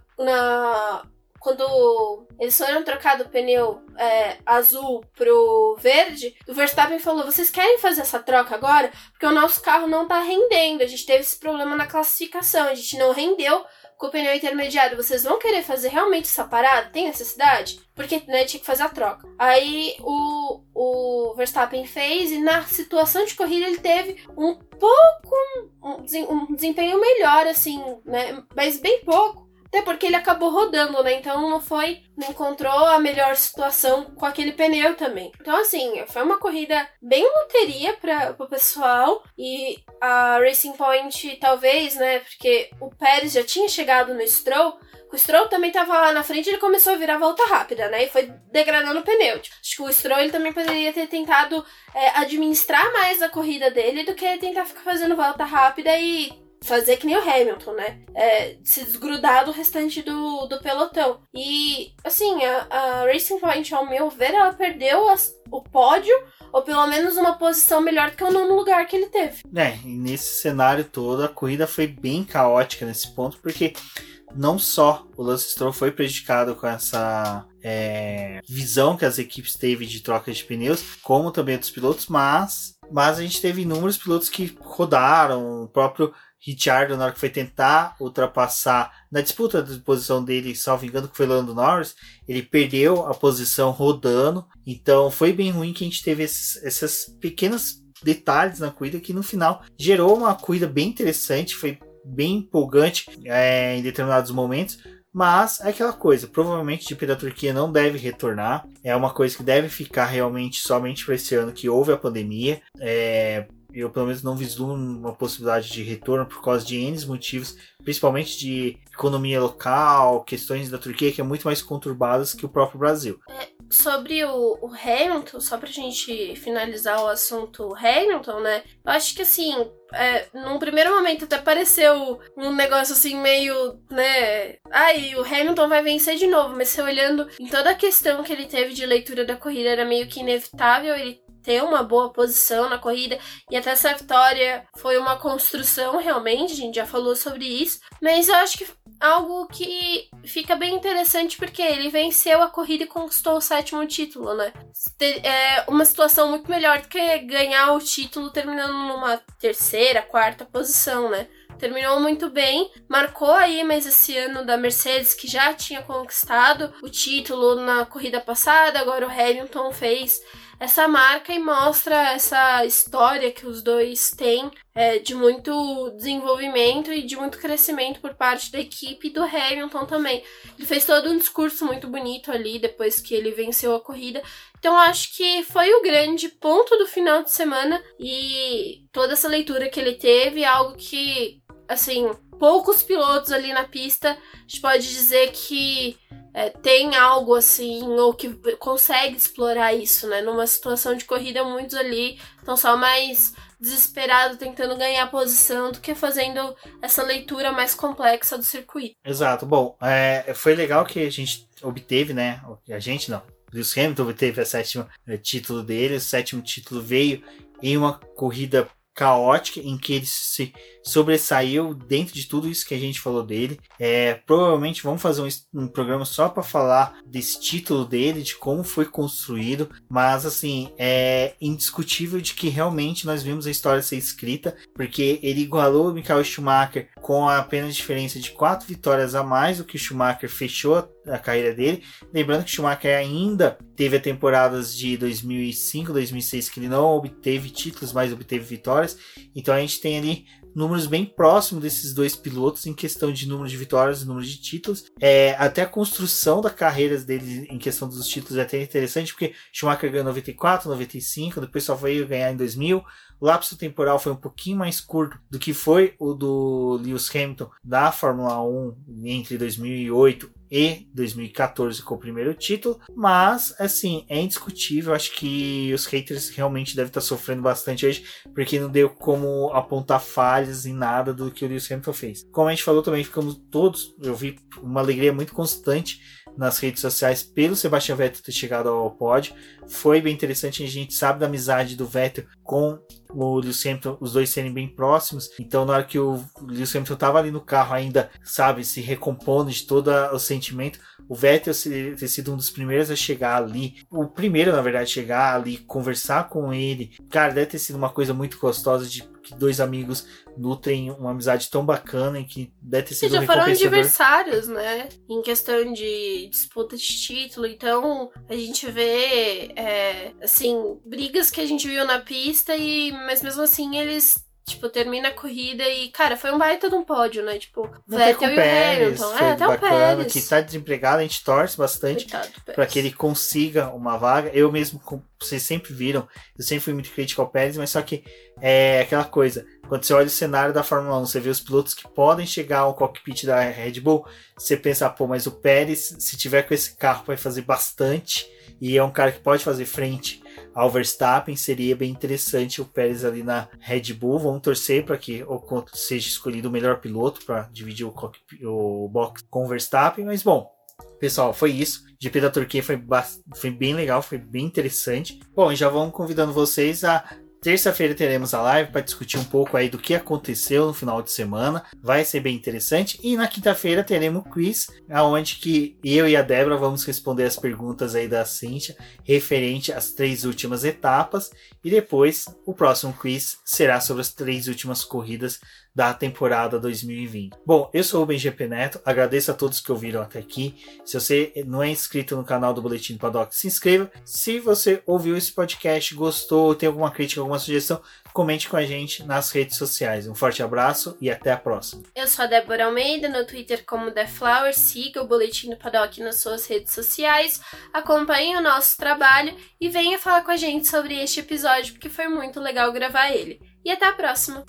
na, quando eles foram trocar do pneu é, azul pro verde, o Verstappen falou, vocês querem fazer essa troca agora? Porque o nosso carro não tá rendendo, a gente teve esse problema na classificação, a gente não rendeu com o pneu intermediário, vocês vão querer fazer realmente essa parada? Tem necessidade? Porque, né, tinha que fazer a troca. Aí o, o Verstappen fez, e na situação de corrida ele teve um pouco, um, um desempenho melhor, assim, né? Mas bem pouco. Até porque ele acabou rodando, né? Então não foi, não encontrou a melhor situação com aquele pneu também. Então, assim, foi uma corrida bem loteria para o pessoal. E a Racing Point, talvez, né? Porque o Pérez já tinha chegado no Stroll. O Stroll também tava lá na frente e ele começou a virar a volta rápida, né? E foi degradando o pneu. Acho que o Stroll ele também poderia ter tentado é, administrar mais a corrida dele do que tentar ficar fazendo volta rápida e fazer que nem o Hamilton, né? É, se desgrudar do restante do, do pelotão. E, assim, a, a Racing Point, ao meu ver, ela perdeu as, o pódio, ou pelo menos uma posição melhor do que o nono lugar que ele teve. É, e nesse cenário todo, a corrida foi bem caótica nesse ponto, porque não só o Lance Stroll foi prejudicado com essa é, visão que as equipes teve de troca de pneus, como também outros pilotos, mas, mas a gente teve inúmeros pilotos que rodaram, o próprio Ricciardo, na hora que foi tentar ultrapassar na disputa de posição dele, salvo engano, que foi Lando Norris, ele perdeu a posição rodando. Então foi bem ruim que a gente teve esses, essas pequenos detalhes na corrida que no final gerou uma corrida bem interessante, foi bem empolgante é, em determinados momentos. Mas é aquela coisa, provavelmente o G P da Turquia não deve retornar, é uma coisa que deve ficar realmente somente para esse ano que houve a pandemia. É, eu pelo menos não vislumbro uma possibilidade de retorno por causa de N motivos, principalmente de economia local, questões da Turquia que é muito mais conturbadas que o próprio Brasil. É, sobre o, o Hamilton, só pra gente finalizar o assunto Hamilton, né, eu acho que assim, é, num primeiro momento até pareceu um negócio assim meio, né, ai, o Hamilton vai vencer de novo, mas se olhando em toda a questão que ele teve de leitura da corrida, era meio que inevitável ele ter uma boa posição na corrida, e até essa vitória foi uma construção realmente, a gente já falou sobre isso, mas eu acho que algo que fica bem interessante porque ele venceu a corrida e conquistou o sétimo título, né? É uma situação muito melhor do que ganhar o título terminando numa terceira, quarta posição, né? Terminou muito bem, marcou aí, mas esse ano da Mercedes, que já tinha conquistado o título na corrida passada, agora o Hamilton fez essa marca e mostra essa história que os dois têm é, de muito desenvolvimento e de muito crescimento por parte da equipe e do Hamilton também. Ele fez todo um discurso muito bonito ali depois que ele venceu a corrida. Então acho que foi o grande ponto do final de semana e toda essa leitura que ele teve, algo que, assim, poucos pilotos ali na pista, a gente pode dizer que é, tem algo assim, ou que consegue explorar isso, né? Numa situação de corrida, muitos ali estão só mais desesperados tentando ganhar posição do que fazendo essa leitura mais complexa do circuito. Exato. Bom, é, foi legal que a gente obteve, né? A gente não. Lewis Hamilton obteve o sétimo título dele. O sétimo título veio em uma corrida caótica, em que ele se sobressaiu dentro de tudo isso que a gente falou dele. É, provavelmente vamos fazer um, um programa só para falar desse título dele, de como foi construído, mas assim, é indiscutível de que realmente nós vimos a história ser escrita, porque ele igualou o Michael Schumacher com a apenas diferença de quatro vitórias a mais do que o Schumacher fechou a carreira dele. Lembrando que o Schumacher ainda teve a temporadas de dois mil e cinco, dois mil e seis que ele não obteve títulos, mas obteve vitórias. Então a gente tem ali números bem próximos desses dois pilotos em questão de número de vitórias e número de títulos. É, até a construção da carreira dele em questão dos títulos é até interessante, porque Schumacher ganhou em noventa e quatro, noventa e cinco, depois só veio ganhar em dois mil. O lapso temporal foi um pouquinho mais curto do que foi o do Lewis Hamilton da Fórmula um entre dois mil e oito e dois mil e quatorze com o primeiro título, mas assim, é indiscutível. Acho que os haters realmente devem estar sofrendo bastante hoje, porque não deu como apontar falhas em nada do que o Lewis Hamilton fez. Como a gente falou também, ficamos todos, eu vi uma alegria muito constante nas redes sociais pelo Sebastian Vettel ter chegado ao pódio. Foi bem interessante, a gente sabe da amizade do Vettel com o Lewis Hamilton, os dois serem bem próximos, então na hora que o Lewis Hamilton estava ali no carro ainda, sabe, se recompondo de todo o sentimento, o Vettel ter sido um dos primeiros a chegar ali, o primeiro na verdade chegar ali, conversar com ele, cara, deve ter sido uma coisa muito gostosa de que dois amigos nutrem uma amizade tão bacana e que deve ter sido já foram adversários, né, em questão de disputa de título. Então a gente vê é, assim, brigas que a gente viu na pista, e mas mesmo assim eles Tipo, termina a corrida e, cara, foi um baita de um pódio, né? Tipo, Vettel e o Hamilton. É, até o Pérez. Que tá desempregado, a gente torce bastante para que ele consiga uma vaga. Eu mesmo, vocês sempre viram, eu sempre fui muito crítico ao Pérez, mas só que é aquela coisa, quando você olha o cenário da Fórmula um, você vê os pilotos que podem chegar ao cockpit da Red Bull, você pensa, pô, mas o Pérez, se tiver com esse carro, vai fazer bastante, e é um cara que pode fazer frente ao Verstappen, seria bem interessante o Pérez ali na Red Bull. Vamos torcer para que Ocon seja escolhido o melhor piloto para dividir o, cockpit, o box com o Verstappen, mas bom, pessoal, foi isso. O G P da Turquia foi, foi bem legal, foi bem interessante. Bom, e já vamos convidando vocês a... Terça-feira teremos a live para discutir um pouco aí do que aconteceu no final de semana. Vai ser bem interessante. E na quinta-feira teremos o quiz, onde que eu e a Débora vamos responder as perguntas aí da Cíntia referente às três últimas etapas. E depois o próximo quiz será sobre as três últimas corridas da temporada dois mil e vinte. Bom, eu sou o Ben G P Neto, agradeço a todos que ouviram até aqui. Se você não é inscrito no canal do Boletim do Paddock, se inscreva. Se você ouviu esse podcast, gostou, tem alguma crítica, alguma sugestão, comente com a gente nas redes sociais. Um forte abraço e até a próxima. Eu sou a Débora Almeida, no Twitter como TheFlower, siga o Boletim do Paddock nas suas redes sociais, acompanhe o nosso trabalho e venha falar com a gente sobre este episódio, porque foi muito legal gravar ele. E até a próxima!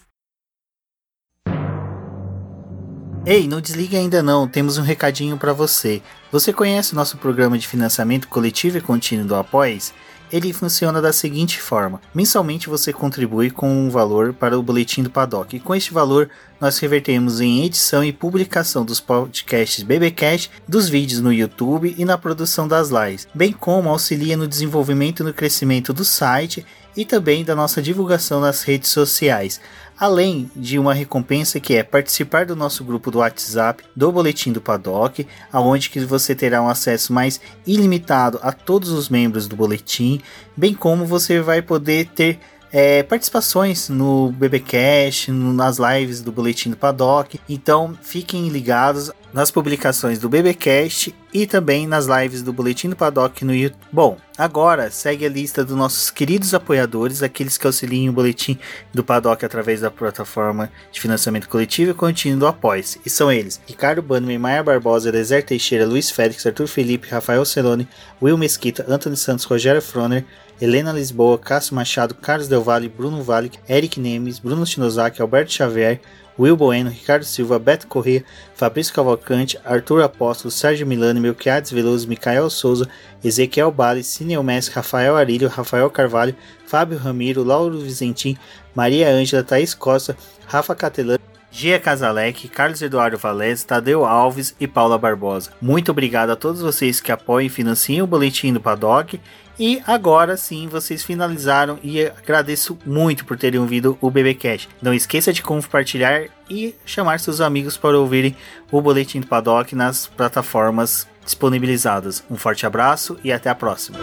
Ei, não desligue ainda não, temos um recadinho para você. Você conhece o nosso programa de financiamento coletivo e contínuo do Apoies? Ele funciona da seguinte forma: mensalmente você contribui com um valor para o Boletim do Paddock, e com este valor nós revertemos em edição e publicação dos podcasts BBcast, dos vídeos no YouTube e na produção das lives, bem como auxilia no desenvolvimento e no crescimento do site e também da nossa divulgação nas redes sociais, além de uma recompensa que é participar do nosso grupo do WhatsApp do Boletim do Paddock, onde que você terá um acesso mais ilimitado a todos os membros do Boletim, bem como você vai poder ter É, participações no BBcast, nas lives do Boletim do Paddock. Então fiquem ligados nas publicações do BBcast e também nas lives do Boletim do Paddock no YouTube. Bom, agora segue a lista dos nossos queridos apoiadores, aqueles que auxiliam o Boletim do Paddock através da plataforma de financiamento coletivo e contínuo do Apoia-se. E são eles: Ricardo Bannerman, Maia Barbosa, Elezer Teixeira, Luiz Félix, Arthur Felipe, Rafael Celone, Will Mesquita, Antônio Santos, Rogério Froner, Helena Lisboa, Cássio Machado, Carlos Del Valle, Bruno Valle, Eric Nemes, Bruno Shinozaki, Alberto Xavier, Will Bueno, Ricardo Silva, Beto Corrêa, Fabrício Cavalcante, Arthur Apóstolo, Sérgio Milani, Melquiades Veloso, Micael Souza, Ezequiel Bale, Cineu Messi, Rafael Arilho, Rafael Carvalho, Fábio Ramiro, Lauro Vizentim, Maria Ângela, Thaís Costa, Rafa Catelan, Gia Casalec, Carlos Eduardo Valese, Tadeu Alves e Paula Barbosa. Muito obrigado a todos vocês que apoiam e financiam o Boletim do Paddock. E agora sim, vocês finalizaram e agradeço muito por terem ouvido o BBcast. Não esqueça de compartilhar e chamar seus amigos para ouvirem o Boletim do Paddock nas plataformas disponibilizadas. Um forte abraço e até a próxima.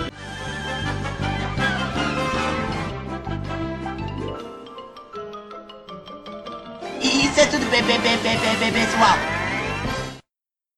Isso é tudo, bebê, bebê, bebê, pessoal.